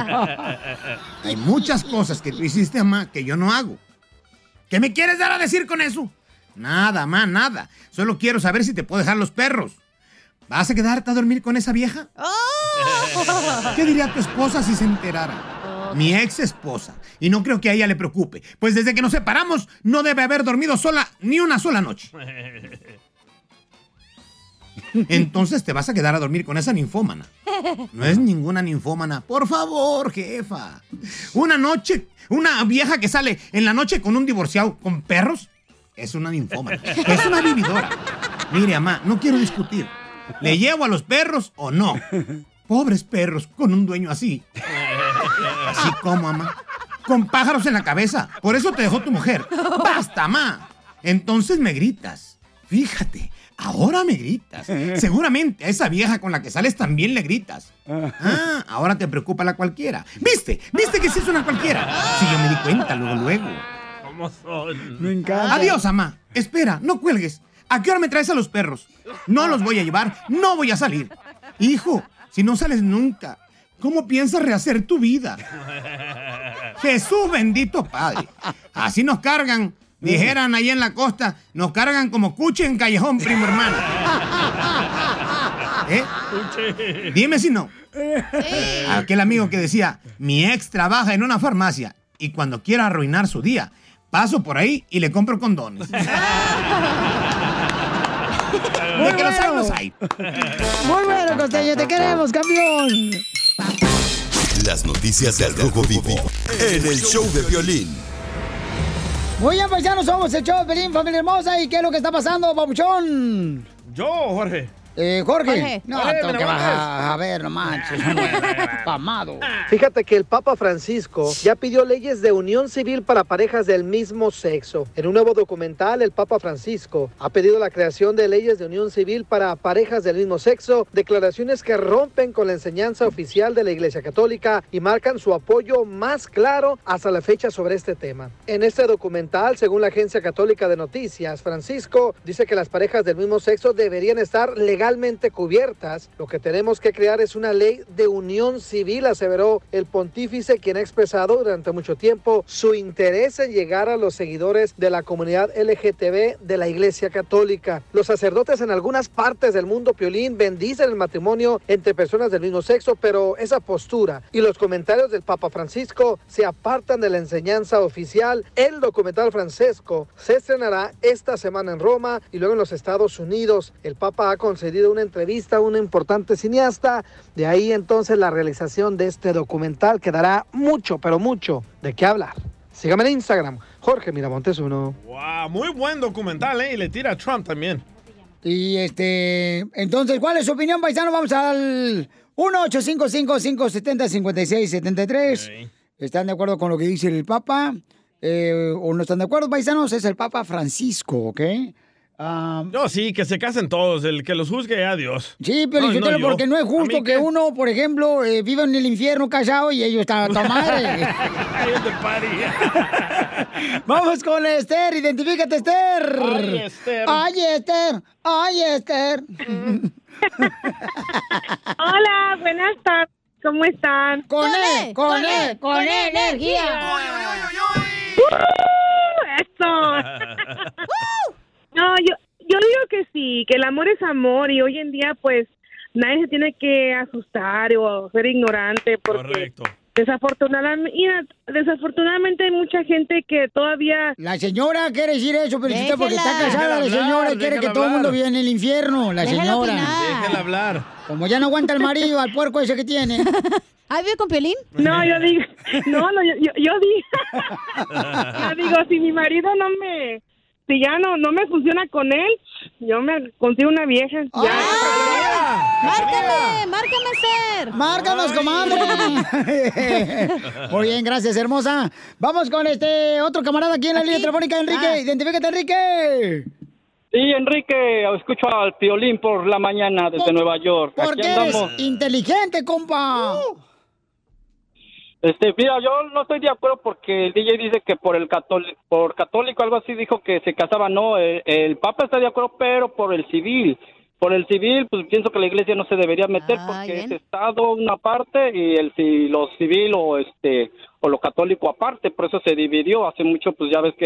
S15: Hay muchas cosas que tú hiciste, mamá, que yo no hago. ¿Qué me quieres dar a decir con eso? Nada, mamá, nada. Solo quiero saber si te puedo dejar los perros. ¿Vas a quedarte a dormir con esa vieja? ¿Qué diría tu esposa si se enterara? mi ex esposa. Y no creo que a ella le preocupe. Pues desde que nos separamos, no debe haber dormido sola ni una sola noche. Entonces te vas a quedar a dormir con esa ninfómana. No es ninguna ninfómana. Por favor, jefa. Una noche, una vieja que sale en la noche con un divorciado con perros, es una ninfómana. Es una vividora. Mire, mamá, no quiero discutir. ¿Le llevo a los perros o no? Pobres perros con un dueño así. Así como, mamá. Con pájaros en la cabeza. Por eso te dejó tu mujer. ¡Basta, mamá! Entonces me gritas. Fíjate. Ahora me gritas. Seguramente a esa vieja con la que sales también le gritas. Ah, ahora te preocupa la cualquiera. ¿Viste? ¿Viste que sí es una cualquiera? Sí, yo me di cuenta luego, luego.
S2: ¿Cómo son?
S3: Me encanta.
S15: Adiós, mamá. Espera, no cuelgues. ¿A qué hora me traes a los perros? No los voy a llevar, no voy a salir. Hijo, si no sales nunca, ¿cómo piensas rehacer tu vida? Jesús bendito Padre. Así nos cargan. Dijeran ahí en la costa, nos cargan como cuche en callejón, primo hermano. ¿Eh? Dime si no. Aquel amigo que decía, mi ex trabaja en una farmacia y cuando quiera arruinar su día, paso por ahí y le compro condones. De que los hay, los hay.
S3: Muy bueno, Costeño, te queremos, campeón.
S5: Las noticias del Rojo Vivo en el show de Piolín.
S3: Muy bien, paisanos, somos el show de Pelín, familia hermosa. ¿Y qué es lo que está pasando, papuchón?
S2: Yo, Jorge.
S3: Eh, Jorge.
S2: Jorge.
S3: No,
S2: Jorge,
S3: tengo
S2: ¿me
S3: que
S2: lo
S3: bajar.
S2: mandas?
S3: A ver, no manches. Pamado.
S6: Fíjate que el Papa Francisco ya pidió leyes de unión civil para parejas del mismo sexo. En un nuevo documental, el Papa Francisco ha pedido la creación de leyes de unión civil para parejas del mismo sexo, declaraciones que rompen con la enseñanza oficial de la Iglesia Católica y marcan su apoyo más claro hasta la fecha sobre este tema. En este documental, según la Agencia Católica de Noticias, Francisco dice que las parejas del mismo sexo deberían estar legalmente legalmente cubiertas. Lo que tenemos que crear es una ley de unión civil, aseveró el pontífice, quien ha expresado durante mucho tiempo su interés en llegar a los seguidores de la comunidad L G B T de la Iglesia Católica. Los sacerdotes en algunas partes del mundo, Piolín, bendicen el matrimonio entre personas del mismo sexo, pero esa postura y los comentarios del Papa Francisco se apartan de la enseñanza oficial. El documental Francesco se estrenará esta semana en Roma y luego en los Estados Unidos. El Papa ha concedido una entrevista a una importante cineasta, de ahí entonces la realización de este documental que dará mucho, pero mucho de qué hablar. Sígame en Instagram, Jorge Miramontes uno.
S2: Wow, muy buen documental, ¿eh? Y le tira a Trump también.
S3: Y este, entonces, ¿cuál es su opinión, paisano? Vamos al uno ocho cinco cinco, cinco siete cero, cinco seis siete tres. Okay. ¿Están de acuerdo con lo que dice el Papa? Eh, ¿O no están de acuerdo, paisanos? Es el Papa Francisco, ¿ok?
S2: Um, no, sí, que se casen todos, el que los juzgue a Dios.
S3: Sí, pero no, yo no, porque no es justo que, que uno, por ejemplo, eh, viva en el infierno casado y ellos están a tomar.
S2: Ellos de party.
S3: Vamos con Esther, identifícate, Esther.
S2: Ay, Esther.
S3: Ay, Esther. Ay, Esther.
S16: Hola, buenas tardes. ¿Cómo están?
S3: Con E, con E, con E, energía.
S16: ¡Uy, uy, uy, uy! ¡Uh! ¡Eso! No, yo, yo digo que sí, que el amor es amor y hoy en día pues nadie se tiene que asustar o ser ignorante porque
S2: Correcto.
S16: Desafortunadamente, desafortunadamente hay mucha gente que todavía...
S3: La señora quiere decir eso, pero déjela, porque está casada, la señora hablar, quiere que hablar. Todo el mundo viva en el infierno, la déjela señora.
S2: Opinar. Déjela hablar.
S3: Como ya no aguanta el marido, al puerco ese que tiene.
S4: ¿Ah, vive con Piolín?
S16: No, yo digo, no, no, yo, yo, yo digo, yo digo, si mi marido no me... Si ya no, no me funciona con él, yo me consigo una vieja.
S3: ¡Ah!
S16: Ya.
S4: ¡Márcame! ¡Márcame, Esther!
S3: ¡Márcanos, comadre! Muy bien, gracias, hermosa. Vamos con este otro camarada aquí en la aquí. línea telefónica, Enrique. Ah. Identifícate, Enrique.
S17: Sí, Enrique, escucho al Piolín por la mañana desde
S3: ¿Por,
S17: Nueva York.
S3: Porque eres inteligente, compa. Uh.
S17: Este, mira, yo no estoy de acuerdo porque el D J dice que por el católico, por católico, algo así dijo que se casaba, no, el, el Papa está de acuerdo, pero por el civil, por el civil, pues pienso que la Iglesia no se debería meter ah, porque bien. Es Estado una parte y el si lo civil o este o lo católico aparte, por eso se dividió hace mucho, pues ya ves que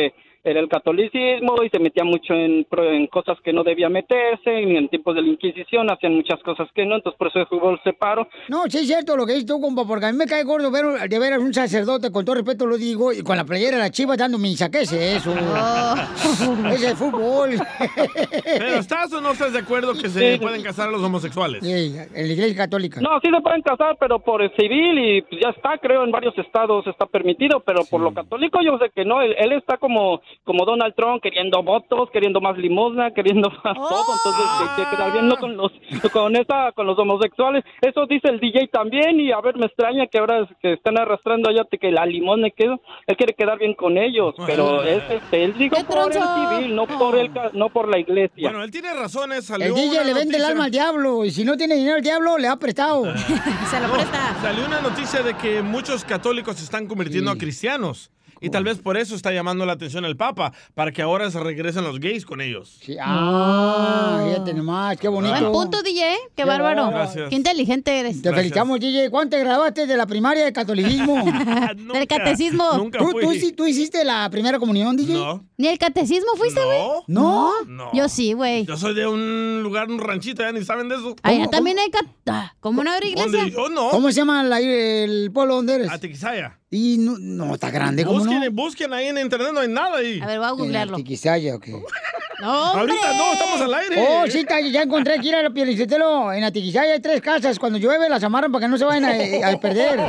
S17: era el catolicismo y se metía mucho en, pro- en cosas que no debía meterse, y en tiempos de la Inquisición hacían muchas cosas que no, entonces por eso el fútbol se paró.
S3: No, sí es cierto lo que dices tú, compa, porque a mí me cae gordo ver de veras un sacerdote, con todo respeto lo digo, y con la playera de la Chiva dando misa. ¿Qué es eso? Es el fútbol.
S2: ¿Pero estás o no estás de acuerdo que se
S17: Sí.
S2: pueden casar los homosexuales?
S3: Sí, en la iglesia católica.
S17: No, sí se pueden casar, pero por el civil y pues ya está, creo, en varios estados está permitido, pero por lo católico yo sé que no, él, él está como, como Donald Trump, queriendo votos, queriendo más limosna, queriendo más todo, entonces que, que quedar bien no con los, con esa, con los homosexuales, eso dice el D J también, y a ver, me extraña que ahora es que están arrastrando allá que la limosna, que él quiere quedar bien con ellos, pero es este, él digo por el civil, no por el, ca- no por la iglesia.
S2: Bueno, él tiene razones, salió
S3: El D J
S2: una
S3: le vende el
S2: noticia-
S3: alma al diablo, y si no tiene dinero el diablo, le ha prestado.
S4: Se lo presta.
S2: Salió una noticia de que muchos católicos se están convirtiendo a cristianos. Y tal vez por eso está llamando la atención el Papa, para que ahora se regresen los gays con ellos.
S3: Ah, fíjate nomás, qué bonito.
S4: Buen punto, D J. Qué bárbaro.
S2: Gracias.
S4: Qué inteligente eres.
S3: Te felicitamos, D J. ¿Cuándo te graduaste de la primaria de catolicismo?
S4: Del catecismo.
S2: nunca
S3: ¿Tú,
S2: fui.
S3: tú, sí- tú hiciste la primera comunión, D J?
S2: No.
S4: ¿Ni el catecismo fuiste, güey?
S3: ¿No?
S2: No.
S4: Yo sí, güey.
S2: Yo soy de un lugar, un ranchito, ya ni saben de eso.
S4: Allá también hay cat... ah, ¿Cómo no abre iglesia?
S2: ¿Dónde? Yo no.
S3: ¿Cómo se llama la- el pueblo donde eres?
S2: Atiquizaya.
S3: Y no, no está grande, ¿cómo
S2: Busquen,
S3: no?
S2: busquen ahí en internet, no hay nada ahí.
S4: A ver, voy a googlearlo.
S3: Atiquizaya, ok.
S4: No, hombre.
S2: Ahorita no, estamos al aire.
S3: Oh, sí, está- ya encontré aquí a la Pielicetelo. En Atiquizaya hay tres casas. Cuando llueve las amarran para que no se vayan a, a perder.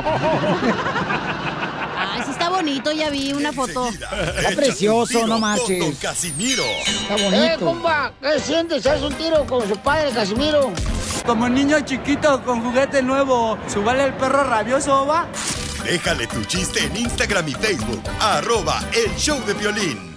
S4: Ay, sí está bonito, ya vi una foto.
S3: Está precioso, no marches.
S5: Don Casimiro.
S3: Está bonito.
S18: Eh, compa,
S3: ¿qué sientes? ¿Haz un tiro con su padre, Casimiro?
S18: Como niño chiquito con juguete nuevo, ¿subale el perro rabioso, va?
S5: Déjale tu chiste en Instagram y Facebook. Arroba El Show de Violín.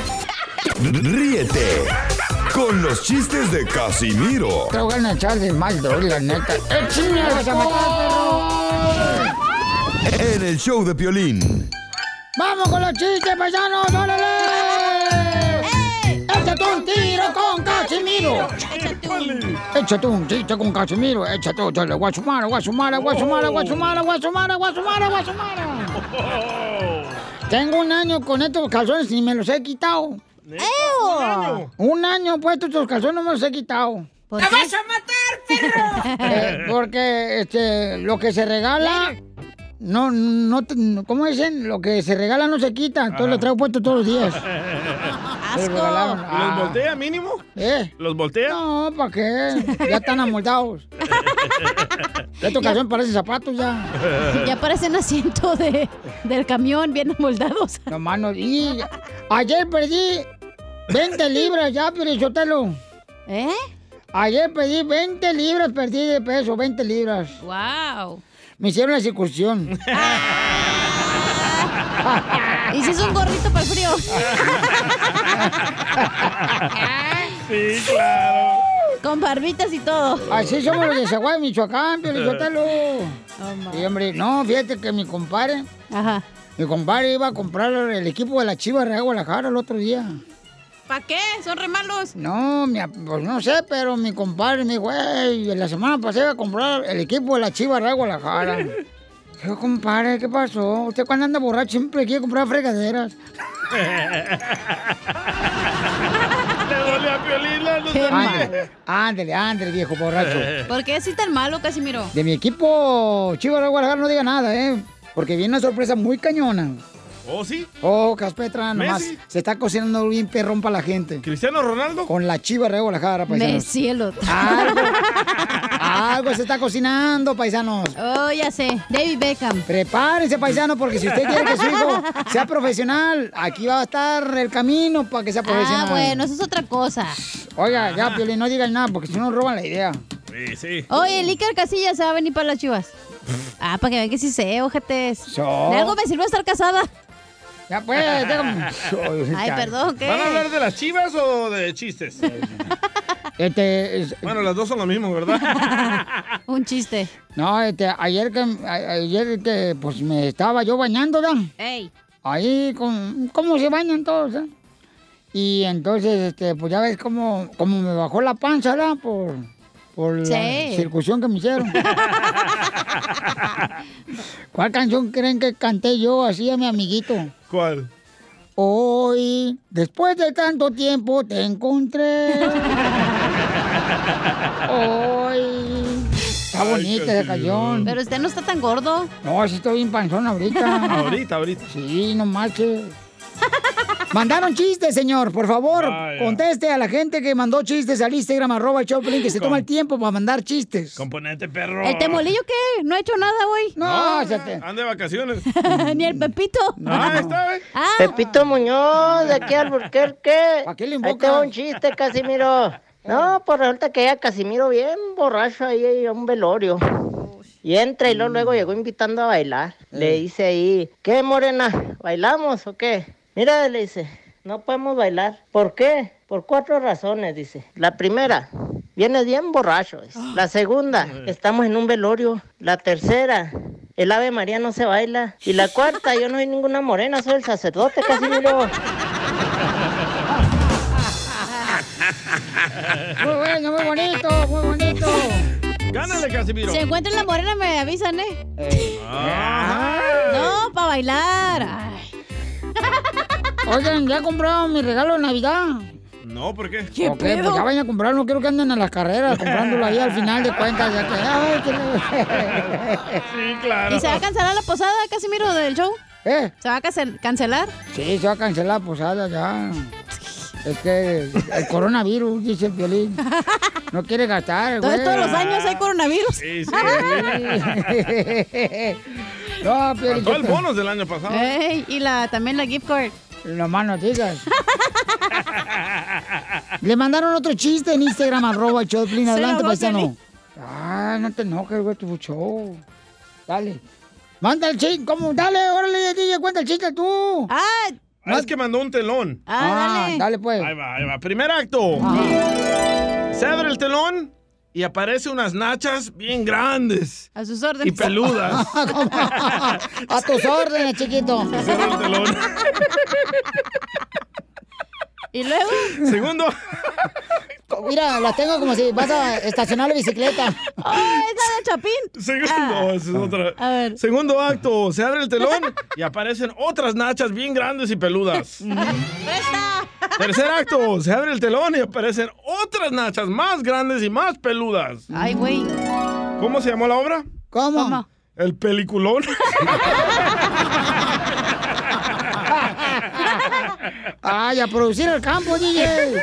S11: Ríete con los chistes de Casimiro
S3: Te voy a echar de mal, droga, la neta. ¡Échame, vas a matar, perro!
S5: en El Show de Violín.
S3: ¡Vamos con los chistes, paisanos! ¡Órale! ¡Échate un tiro con Casimiro! Échate un chiste con Casimiro. Échate un tiro. Guasumara, guasumara, guasumara, guasumara, guasumara, guasumara, guasumara. Tengo un año con estos calzones y me los he quitado.
S2: ¿Un año?
S3: Un año puesto estos calzones, no me los he quitado.
S4: ¿Por
S18: ¡Te
S4: qué?
S18: vas a matar, perro!
S3: Eh, porque este, lo que se regala, no, no, te- ¿cómo dicen? Lo que se regala no se quita, entonces lo traigo puesto todos los días. Me lo regalaron.
S2: ¿Y ¿Los
S3: Ah.
S2: voltea mínimo?
S3: ¿Eh?
S2: ¿Los voltea?
S3: No, ¿para qué? Ya están amoldados. Esta ocasión parece zapatos ya.
S4: Ya parecen asiento de, del camión, bien amoldados.
S3: No, mano, y ayer perdí veinte libras ya, Piolichotelo.
S4: ¿Eh?
S3: Ayer perdí veinte libras, perdí de peso, veinte libras.
S4: Wow.
S3: Me hicieron la circuncisión.
S4: ¿Y si es un gorrito para el frío?
S2: Sí, claro.
S4: Con barbitas y todo.
S3: Así somos los de Zaguay, Michoacán, Piolichotelo. Sí, hombre, no, fíjate que mi compadre,
S4: Ajá.
S3: mi compadre iba a comprar el equipo de la Chivas de Guadalajara el otro día.
S4: ¿Para qué? ¿Son re malos?
S3: No, mi, pues no sé, pero mi compadre me dijo, güey, la semana pasada iba a comprar el equipo de la Chivas de Guadalajara. Yo, compadre, ¿qué pasó? Usted cuando anda borracho siempre quiere comprar fregaderas.
S2: Le dolió a Piolín, no
S4: Qué
S2: sabía.
S3: Ándale, ándale, ándale, viejo borracho.
S4: ¿Por qué es así tan malo, Casimiro?
S3: De mi equipo Chivas de Guadalajara no diga nada, ¿eh? Porque viene una sorpresa muy cañona.
S2: ¿Oh, sí?
S3: Oh, Caspetra, nomás
S2: Messi.
S3: se está cocinando bien perrón para la gente.
S2: ¿Cristiano Ronaldo?
S3: Con la Chivas de Guadalajara, paisanos.
S4: Messi, el otro.
S3: Algo, algo se está cocinando, paisanos.
S4: Oh, ya sé. David Beckham.
S3: Prepárense, paisano, porque si usted quiere que su hijo sea profesional, aquí va a estar el camino para que sea profesional.
S4: Ah, bueno, eso es otra cosa.
S3: Oiga, ya, Piolín, no digan nada, porque si no nos roban la idea.
S2: Sí, sí.
S4: Oye, el Iker Casillas se va a venir para las Chivas. Ah, para que vean que sí sé, ojetes.
S3: So-
S4: De algo me sirvió estar casada.
S3: Ya, pues, déjame.
S4: Ay, perdón, ¿qué?
S2: ¿Van a hablar de las chivas o de chistes?
S3: Este, es-
S2: Bueno, las dos son lo mismo, ¿verdad?
S4: Un chiste.
S3: no, este, ayer que, a- ayer que, pues me estaba yo bañando, ¿verdad?
S4: Ey.
S3: Ahí, con, ¿cómo se bañan todos, eh? Y entonces, este, pues ya ves cómo, cómo me bajó la panza, ¿verdad? Por, por la
S4: Sí.
S3: circuncisión que me hicieron. ¿Cuál canción creen que canté yo así a mi amiguito?
S2: ¿Cuál?
S3: Hoy, después de tanto tiempo, te encontré. Hoy. Está bonita esa canción.
S4: Pero usted no está tan gordo.
S3: No, sí estoy bien panzón ahorita.
S2: Ahorita, ahorita.
S3: Sí, no marches. Mandaron chistes, señor. Por favor,
S2: Vaya.
S3: conteste a la gente que mandó chistes al Instagram, arroba el Choplin, que se toma el tiempo para mandar chistes.
S2: Componente perro.
S4: ¿El Temolillo qué? ¿No ha hecho nada, güey?
S3: No,
S2: No, anda de vacaciones.
S4: Ni el Pepito.
S2: Ah, ahí está, ¿eh?
S4: Ah.
S19: Pepito Muñoz, de aquí al Alburquerque.
S3: ¿Para qué le
S19: Ahí
S3: invocas?
S19: te va un chiste, Casimiro. No, pues resulta que llega Casimiro bien borracho ahí a un velorio. Y entra y luego, luego llegó invitando a bailar. Le dice ahí, ¿qué, morena? ¿Bailamos o qué? Mira, le dice, no podemos bailar. ¿Por qué? Por cuatro razones, dice. La primera, vienes bien borracho. Dice. La segunda, estamos en un velorio. La tercera, el Ave María no se baila. Y la cuarta, yo no soy ninguna morena, soy el sacerdote, Casimiro.
S3: Muy bueno, muy bonito, muy bonito.
S2: Gánale, Casimiro.
S4: Si encuentran la morena, me avisan, ¿eh?
S2: Ajá.
S4: No, para bailar. Ay.
S3: Oigan, ¿ya compraron mi regalo de Navidad?
S2: No, ¿por qué?
S3: ¿Qué ok, pues ya vayan a comprar, no quiero que anden en las carreras comprándolo ahí al final de cuentas. Ya que, ay, que...
S2: Sí, claro.
S4: ¿Y se va a cancelar la posada, Casimiro, del show?
S3: ¿Eh?
S4: ¿Se va a cance- cancelar?
S3: Sí, se va a cancelar la posada ya. Es que el coronavirus, dice el Piolín. No quiere gastar, güey.
S4: Entonces, todos los años hay coronavirus.
S2: Sí, sí.
S3: No, Piolín.
S2: Faltó el bonus del año pasado.
S4: Ey, y la, también la gift card.
S3: No más noticias. Le mandaron otro chiste en Instagram, arroba el Choplin.
S4: Se
S3: Adelante,
S4: enojó,
S3: paisano.
S4: Piolín.
S3: Ah, no te enojes, güey, tu show. Dale. Manda el chiste. ¿Cómo? Dale, órale, D J, cuenta el chiste tú.
S4: Ah,
S2: Ah, es que mandó un telón.
S4: ah, dale.
S3: Dale, pues.
S2: Ahí va, ahí va. Primer acto. Se abre el telón y aparece unas nachas bien grandes
S4: A sus órdenes.
S2: y peludas.
S3: A tus órdenes, chiquito.
S2: Se cierra el telón.
S4: ¿Y luego?
S2: Segundo.
S3: Mira, las tengo como si vas a estacionar la bicicleta.
S4: ¡Oh, esa de Chapín!
S2: Segundo,
S4: Ah.
S2: esa es otra.
S4: A ver.
S2: Segundo acto, se abre el telón y aparecen otras nachas bien grandes y peludas.
S4: ¡Presta!
S2: Tercer acto, se abre el telón y aparecen otras nachas más grandes y más peludas.
S4: Ay, güey.
S2: ¿Cómo se llamó la obra?
S3: ¿Cómo?
S4: ¿Cómo?
S2: El peliculón.
S3: Ay, a producir el campo, D J.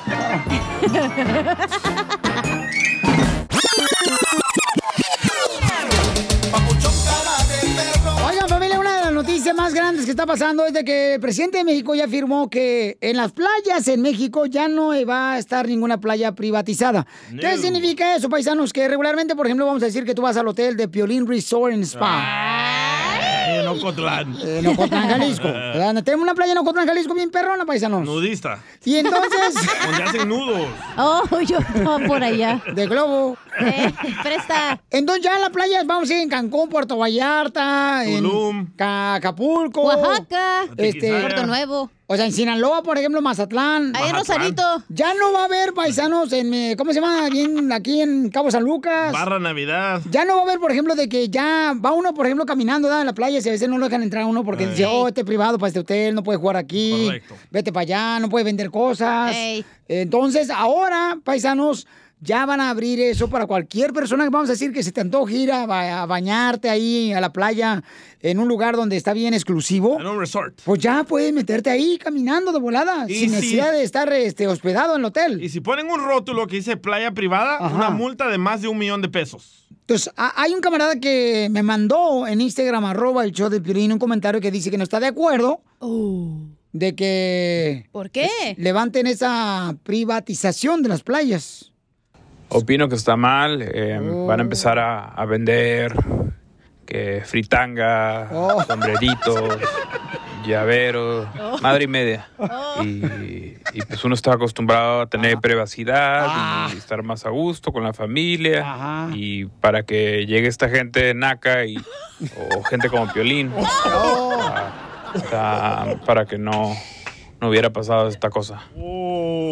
S3: Oigan, familia, una de las noticias más grandes que está pasando es de que el presidente de México ya afirmó que en las playas en México ya no va a estar ninguna playa privatizada. ¿Qué
S2: No.
S3: significa eso, paisanos? Que regularmente, por ejemplo, vamos a decir que tú vas al hotel de Piolín Resort and Spa.
S2: Ay, en Ocotlán.
S3: En Ocotlán, Jalisco. ¿Verdad? Tenemos una playa en Ocotlán, Jalisco bien perrona, paisanos.
S2: Nudista.
S3: Y entonces...
S2: Donde hacen nudos.
S4: Oh, yo no, por allá.
S3: De globo.
S4: Eh, presta.
S3: Entonces ya en la playa vamos a ir en Cancún, Puerto Vallarta,
S2: Tulum.
S3: en Ca- Acapulco,
S4: Oaxaca.
S3: este,
S2: Tiquisaya.
S4: Puerto Nuevo.
S3: o sea, en Sinaloa, por ejemplo, Mazatlán.
S4: Ahí en
S2: Mazatlán.
S4: Rosarito.
S3: Ya no va a haber paisanos en, eh, ¿cómo se llama? Bien, aquí en Cabo San Lucas.
S2: Barra Navidad.
S3: Ya no va a haber, por ejemplo, de que ya va uno, por ejemplo, caminando ¿verdad? En la playa y a veces no lo dejan entrar a uno porque
S2: Ey.
S3: dice, oh, este es privado para este hotel, no puede jugar aquí.
S2: Correcto.
S3: Vete para allá, no puede vender cosas.
S4: Ey.
S3: Entonces, ahora, paisanos, ya van a abrir eso para cualquier persona que vamos a decir que se te antoje ir a, ba- a bañarte ahí a la playa en un lugar donde está bien exclusivo.
S2: En un resort.
S3: Pues ya puedes meterte ahí caminando de volada,
S2: Y
S3: sin
S2: si-
S3: necesidad de estar este, hospedado en el hotel.
S2: Y si ponen un rótulo que dice playa privada,
S3: Ajá.
S2: una multa de más de un millón de pesos.
S3: Entonces, a- hay un camarada que me mandó en Instagram, arroba el show de Piolín, un comentario que dice que no está de acuerdo de que
S4: ¿Por qué?
S3: levanten esa privatización de las playas.
S20: Opino que está mal. eh,
S3: Oh.
S20: Van a empezar a, a vender que fritanga,
S3: Oh.
S20: sombreritos, llaveros,
S4: Oh.
S20: madre y media.
S4: Oh.
S20: Y, y pues uno está acostumbrado a tener privacidad
S3: Ah.
S20: y estar más a gusto con la familia.
S3: Ajá.
S20: Y para que llegue esta gente naca y, o gente como Piolín,
S3: Oh.
S20: a- a- para que no, no hubiera pasado esta cosa.
S2: Oh.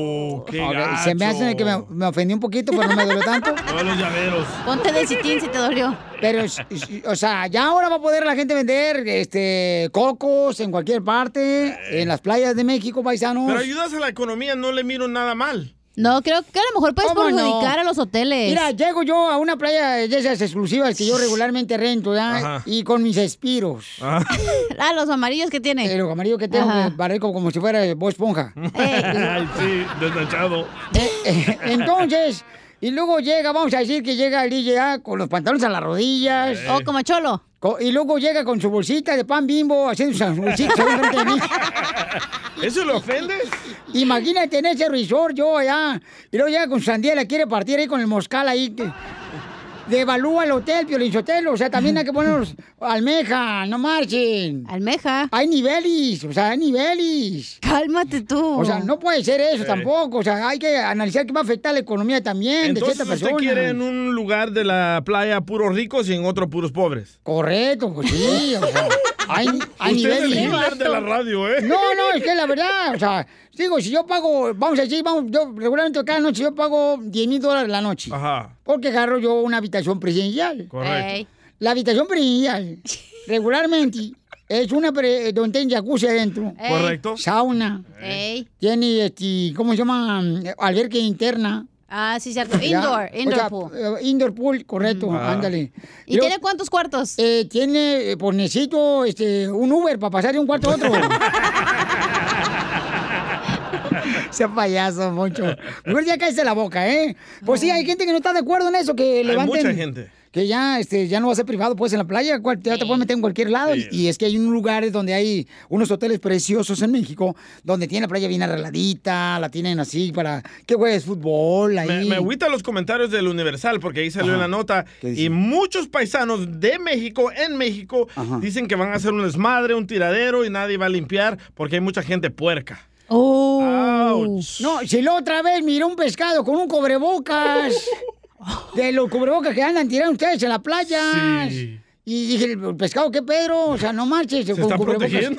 S2: Oh, qué
S3: Ok,
S2: gacho.
S3: se me hace que me, me ofendí un poquito, pero no me dolió tanto.
S2: Todos los llaveros.
S4: Ponte de citín si te dolió.
S3: Pero, s- s- o sea, ya ahora va a poder la gente vender este cocos en cualquier parte, en las playas de México, paisanos.
S2: Pero ayudas a la economía, no le miro nada mal.
S4: No, creo que a lo mejor puedes
S3: ¿Cómo no?
S4: perjudicar a los hoteles.
S3: Mira, llego yo a una playa de esas exclusivas que yo regularmente rento, ¿ya?
S4: Ajá.
S3: Y con mis espiros.
S4: Ah, los amarillos que tiene.
S3: Eh, los amarillos que tengo,
S4: Ajá.
S3: que parezco como si fuera Bob Esponja.
S2: Ay, sí, desnachado.
S3: Eh, eh, entonces, y luego llega, vamos a decir que llega el D J con los pantalones a las rodillas.
S4: O como cholo.
S3: Co- Y luego llega con su bolsita de pan Bimbo, haciendo sus bolsitas ahí enfrente de mí.
S2: ¿Eso le ofende?
S3: Imagínate en ese resort yo allá. Y luego llega con su sandía, la quiere partir ahí con el moscal ahí. Que devalúa el hotel, Piolinsotelo. O sea, también hay que ponernos almeja, no marchen.
S4: Almeja.
S3: Hay niveles, o sea, hay niveles.
S4: Cálmate tú.
S3: O sea, no puede ser eso
S2: Sí.
S3: tampoco. O sea, hay que analizar que va a afectar la economía también
S2: Entonces
S3: de cierta
S2: usted
S3: persona.
S2: quiere en un lugar de la playa puros ricos y en otro puros pobres.
S3: Correcto, pues sí, o sea, hay, hay
S2: Usted es el
S3: niveles.
S2: líder de la radio, ¿eh?
S3: No, no, es que la verdad, o sea, digo, si yo pago, vamos a decir, vamos, yo regularmente cada noche yo pago diez mil dólares la noche.
S2: Ajá.
S3: Porque agarro yo una habitación presidencial.
S2: Correcto. Ey.
S3: La habitación presidencial, regularmente, es una pre- donde tiene jacuzzi adentro.
S2: Ey. Correcto.
S3: Sauna.
S4: Ey.
S3: Tiene, este, ¿cómo se llama? Alberca interna.
S4: Ah, sí, cierto.
S3: Ya,
S4: Indoor,
S3: o
S4: indoor
S3: sea,
S4: pool.
S3: eh, indoor pool, correcto,
S4: Mm.
S3: ándale.
S4: ¿Y tiene cuántos cuartos?
S3: Eh, tiene, eh, pues necesito este, un Uber para pasar de un cuarto a otro. Sea payaso, Moncho. Mejor ya cállese la boca, ¿eh? Pues sí, hay gente que no está de acuerdo en eso, que
S2: Hay
S3: levanten...
S2: mucha gente.
S3: Que ya, este, ya no va a ser privado, pues, en la playa, cual- ya te puedes meter en cualquier lado.
S2: Sí.
S3: Y es que hay un lugares donde hay unos hoteles preciosos en México, donde tiene la playa bien arregladita, la tienen así para que juegues fútbol ahí.
S2: Me, me agüita los comentarios del Universal porque ahí salió
S3: Ajá.
S2: en la nota y muchos paisanos de México, en México, dicen que van a hacer un desmadre, un tiradero y nadie va a limpiar porque hay mucha gente puerca.
S3: Oh. No, si la otra vez miré un pescado con un cubrebocas. De los cubrebocas que andan tirando ustedes en la playa.
S2: Sí.
S3: Y dije, el pescado, ¿qué Pedro? O sea, no marches.
S2: Se
S3: con
S2: está
S3: cubrebocas.
S2: protegiendo.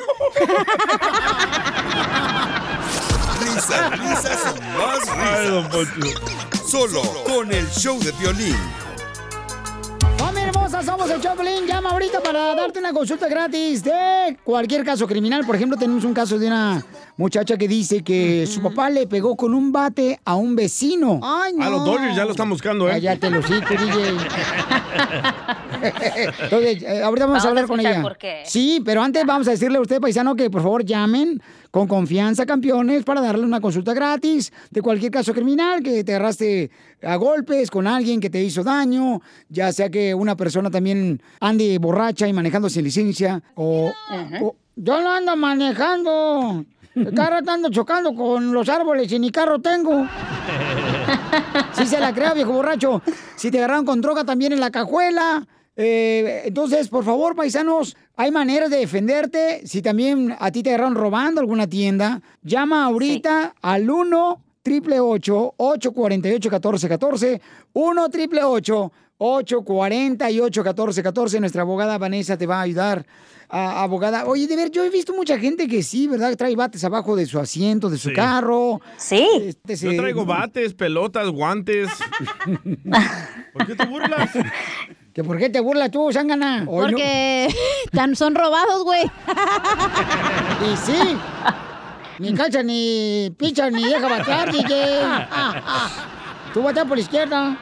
S5: Risas, risas y más risas. Solo con el show de Piolín.
S3: ¡Familia hermosa! Somos el Choplin. Llama ahorita para darte una consulta gratis de cualquier caso criminal. Por ejemplo, tenemos un caso de una muchacha que dice que su papá le pegó con un bate a un vecino. ¡Ay, no!
S2: A los Dodgers ya lo están buscando, ¿eh?
S3: Cállate los hijos, D J. Entonces, eh, ahorita vamos,
S1: Vamos
S3: a
S1: a
S3: hablar con
S1: escuchar
S3: ella.
S1: por qué.
S3: Sí, pero antes vamos a decirle a usted, paisano, que por favor llamen con confianza, campeones, para darle una consulta gratis de cualquier caso criminal, que te agarraste a golpes con alguien que te hizo daño, ya sea que una persona también ande borracha y manejando sin licencia, o... o- yo no ando manejando. El carro ando chocando con los árboles y ni carro tengo. Sí se la creo, viejo borracho. Si te agarraron con droga también en la cajuela. Eh, entonces, por favor, paisanos, hay maneras de defenderte. Si también a ti te agarraron robando alguna tienda, llama ahorita al uno triple ocho, ocho cuatro ocho, uno cuatro uno cuatro, uno triple ocho, ocho cuatro ocho, uno cuatro uno cuatro. Nuestra abogada Vanessa te va a ayudar. Ah, abogada, oye, de ver, yo he visto mucha gente que sí, ¿verdad? Trae bates abajo de su asiento, de su
S2: Sí.
S3: carro.
S1: Sí.
S3: Este,
S2: Yo
S3: se-
S2: traigo bates, pelotas, guantes. ¿Por qué te burlas?
S3: ¿Que por qué te burlas tú, Zángana? Hoy no-
S4: Porque tan son robados, güey.
S3: Y sí. Ni calza, ni picha, ni deja batear, D J. Tú bateas por la izquierda.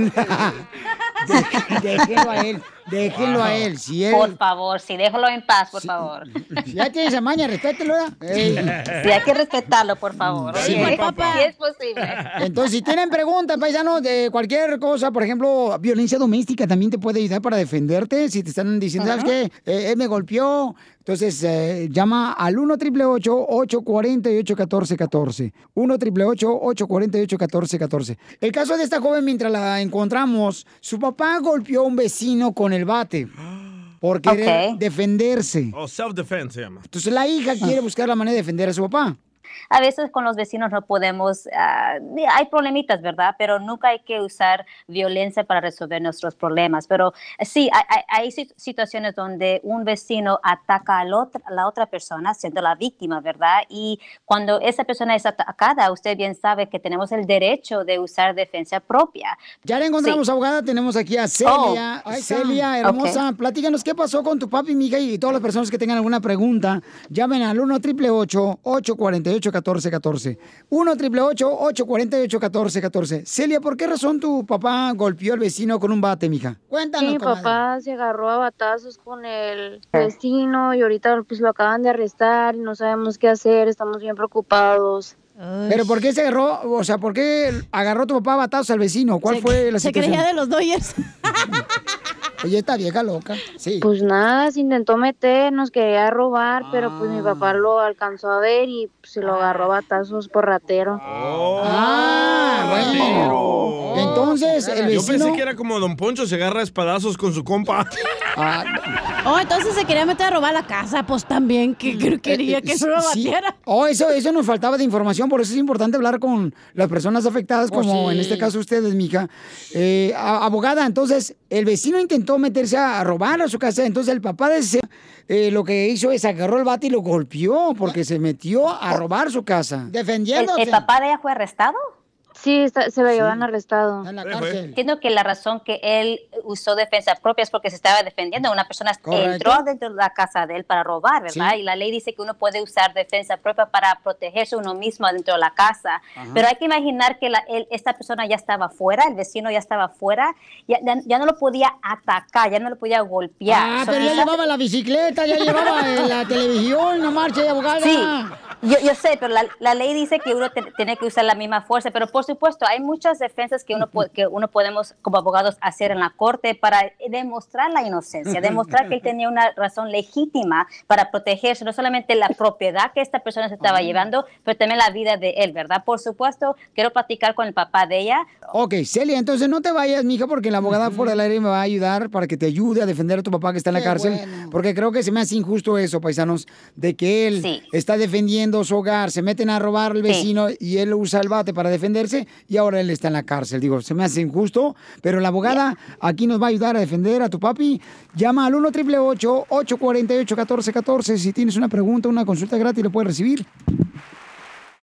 S3: Dej- Déjenlo a él. Déjenlo a él. Si él...
S1: Por favor, sí, déjalo en paz, por favor.
S3: Si ya tienes esa maña, respételo, ¿verdad? Ey.
S1: Sí, hay que respetarlo, por favor.
S3: Sí,
S1: Oye,
S3: papá.
S1: si es posible.
S3: Entonces, si tienen preguntas, paisanos, de cualquier cosa, por ejemplo, violencia doméstica también te puede ayudar para defenderte. Si te están diciendo, ¿sabes qué? Eh, él me golpeó. Entonces, eh, llama al uno triple ocho, ocho cuatro ocho, uno cuatro uno cuatro. uno triple ocho, ocho cuatro ocho, uno cuatro uno cuatro. El caso de esta joven, mientras la encontramos, su papá golpeó a un vecino con el bate por querer
S1: Ok.
S3: defenderse.
S2: Oh, self-defense se llama.
S3: Entonces, la hija quiere buscar la manera de defender a su papá.
S1: A veces con los vecinos no podemos, uh, hay problemitas, ¿verdad? Pero nunca hay que usar violencia para resolver nuestros problemas. Pero sí, hay, hay situaciones donde un vecino ataca a la, otra, a la otra persona, siendo la víctima, ¿verdad? Y cuando esa persona es atacada, usted bien sabe que tenemos el derecho de usar defensa propia.
S3: Ya la encontramos, sí. Abogada. Tenemos aquí a Celia.
S1: Oh,
S3: Celia, hermosa. Okay. Platícanos qué pasó con tu papi, mija, y todas las personas que tengan alguna pregunta. Llamen al uno triple ocho, ocho cuatro ocho, uno cuatro uno cuatro. uno triple ocho, ocho cuatro ocho, uno cuatro uno cuatro. Celia, ¿por qué razón tu papá golpeó al vecino con un bate, mija? Cuéntanos,
S8: sí, mi
S3: comadre.
S8: papá se agarró a batazos con el vecino y ahorita pues lo acaban de arrestar y no sabemos qué hacer, estamos bien preocupados.
S3: ¿Pero por qué se agarró, o sea, por qué agarró tu papá a batazos al vecino? ¿Cuál
S8: se,
S3: fue la
S8: se
S3: situación?
S8: creía
S4: de los Dodgers.
S3: Oye, esta vieja loca, sí.
S8: Pues nada, se intentó meter, nos quería robar, ah. pero pues mi papá lo alcanzó a ver y pues, se lo agarró a batazos por ratero.
S2: Oh,
S3: ah, bueno. Entonces, el vecino...
S2: Yo pensé que era como Don Poncho, se agarra a espadazos con su compa.
S3: Ah,
S4: oh, entonces se quería meter a robar la casa, pues también, que, que quería que no lo batiera.
S3: Sí. Oh, eso, eso nos faltaba de información, por eso es importante hablar con las personas afectadas, como
S4: oh, sí.
S3: en este caso ustedes, mija. Eh, abogada, entonces, el vecino intentó meterse a robar a su casa, entonces el papá de ese, eh, lo que hizo es agarró el bate y lo golpeó, porque se metió a robar su casa. Defendiéndose.
S1: ¿El, el papá de ella fue arrestado?
S8: Sí, está, se lo llevan sí. arrestado.
S3: En la cárcel.
S1: Entiendo que la razón que él usó defensa propia es porque se estaba defendiendo. Una persona
S3: Correcto.
S1: entró dentro de la casa de él para robar, ¿verdad?
S3: Sí.
S1: Y la ley dice que uno puede usar defensa propia para protegerse uno mismo dentro de la casa.
S3: Ajá.
S1: Pero hay que imaginar que la, él, esta persona ya estaba fuera, el vecino ya estaba fuera, ya, ya, ya no lo podía atacar, ya no lo podía golpear.
S3: Ah,
S1: so,
S3: pero ya
S1: quizás...
S3: llevaba la bicicleta, ya llevaba la televisión, no marche, abogada.
S1: Sí, yo, yo sé, pero la, la ley dice que uno te, tiene que usar la misma fuerza, pero por supuesto hay muchas defensas que uno, que uno podemos como abogados hacer en la corte para demostrar la inocencia, demostrar que él tenía una razón legítima para protegerse, no solamente la propiedad que esta persona se estaba llevando, pero también la vida de él, ¿verdad? Por supuesto, quiero platicar con el papá de ella.
S3: Ok, Celia, entonces no te vayas, mija, porque la abogada fuera del aire me va a ayudar para que te ayude a defender a tu papá que está en la
S1: Qué
S3: cárcel,
S1: bueno.
S3: porque creo que se me hace injusto eso, paisanos, de que él
S1: Sí.
S3: está defendiendo su hogar, se meten a robar al vecino
S1: Sí.
S3: y él usa el bate para defenderse y ahora él está en la cárcel. Digo, se me hace injusto, pero la abogada aquí nos va a ayudar a defender a tu papi. Llama al uno triple ocho, ocho cuatro ocho, uno cuatro uno cuatro. Si tienes una pregunta, una consulta gratis, lo puedes recibir.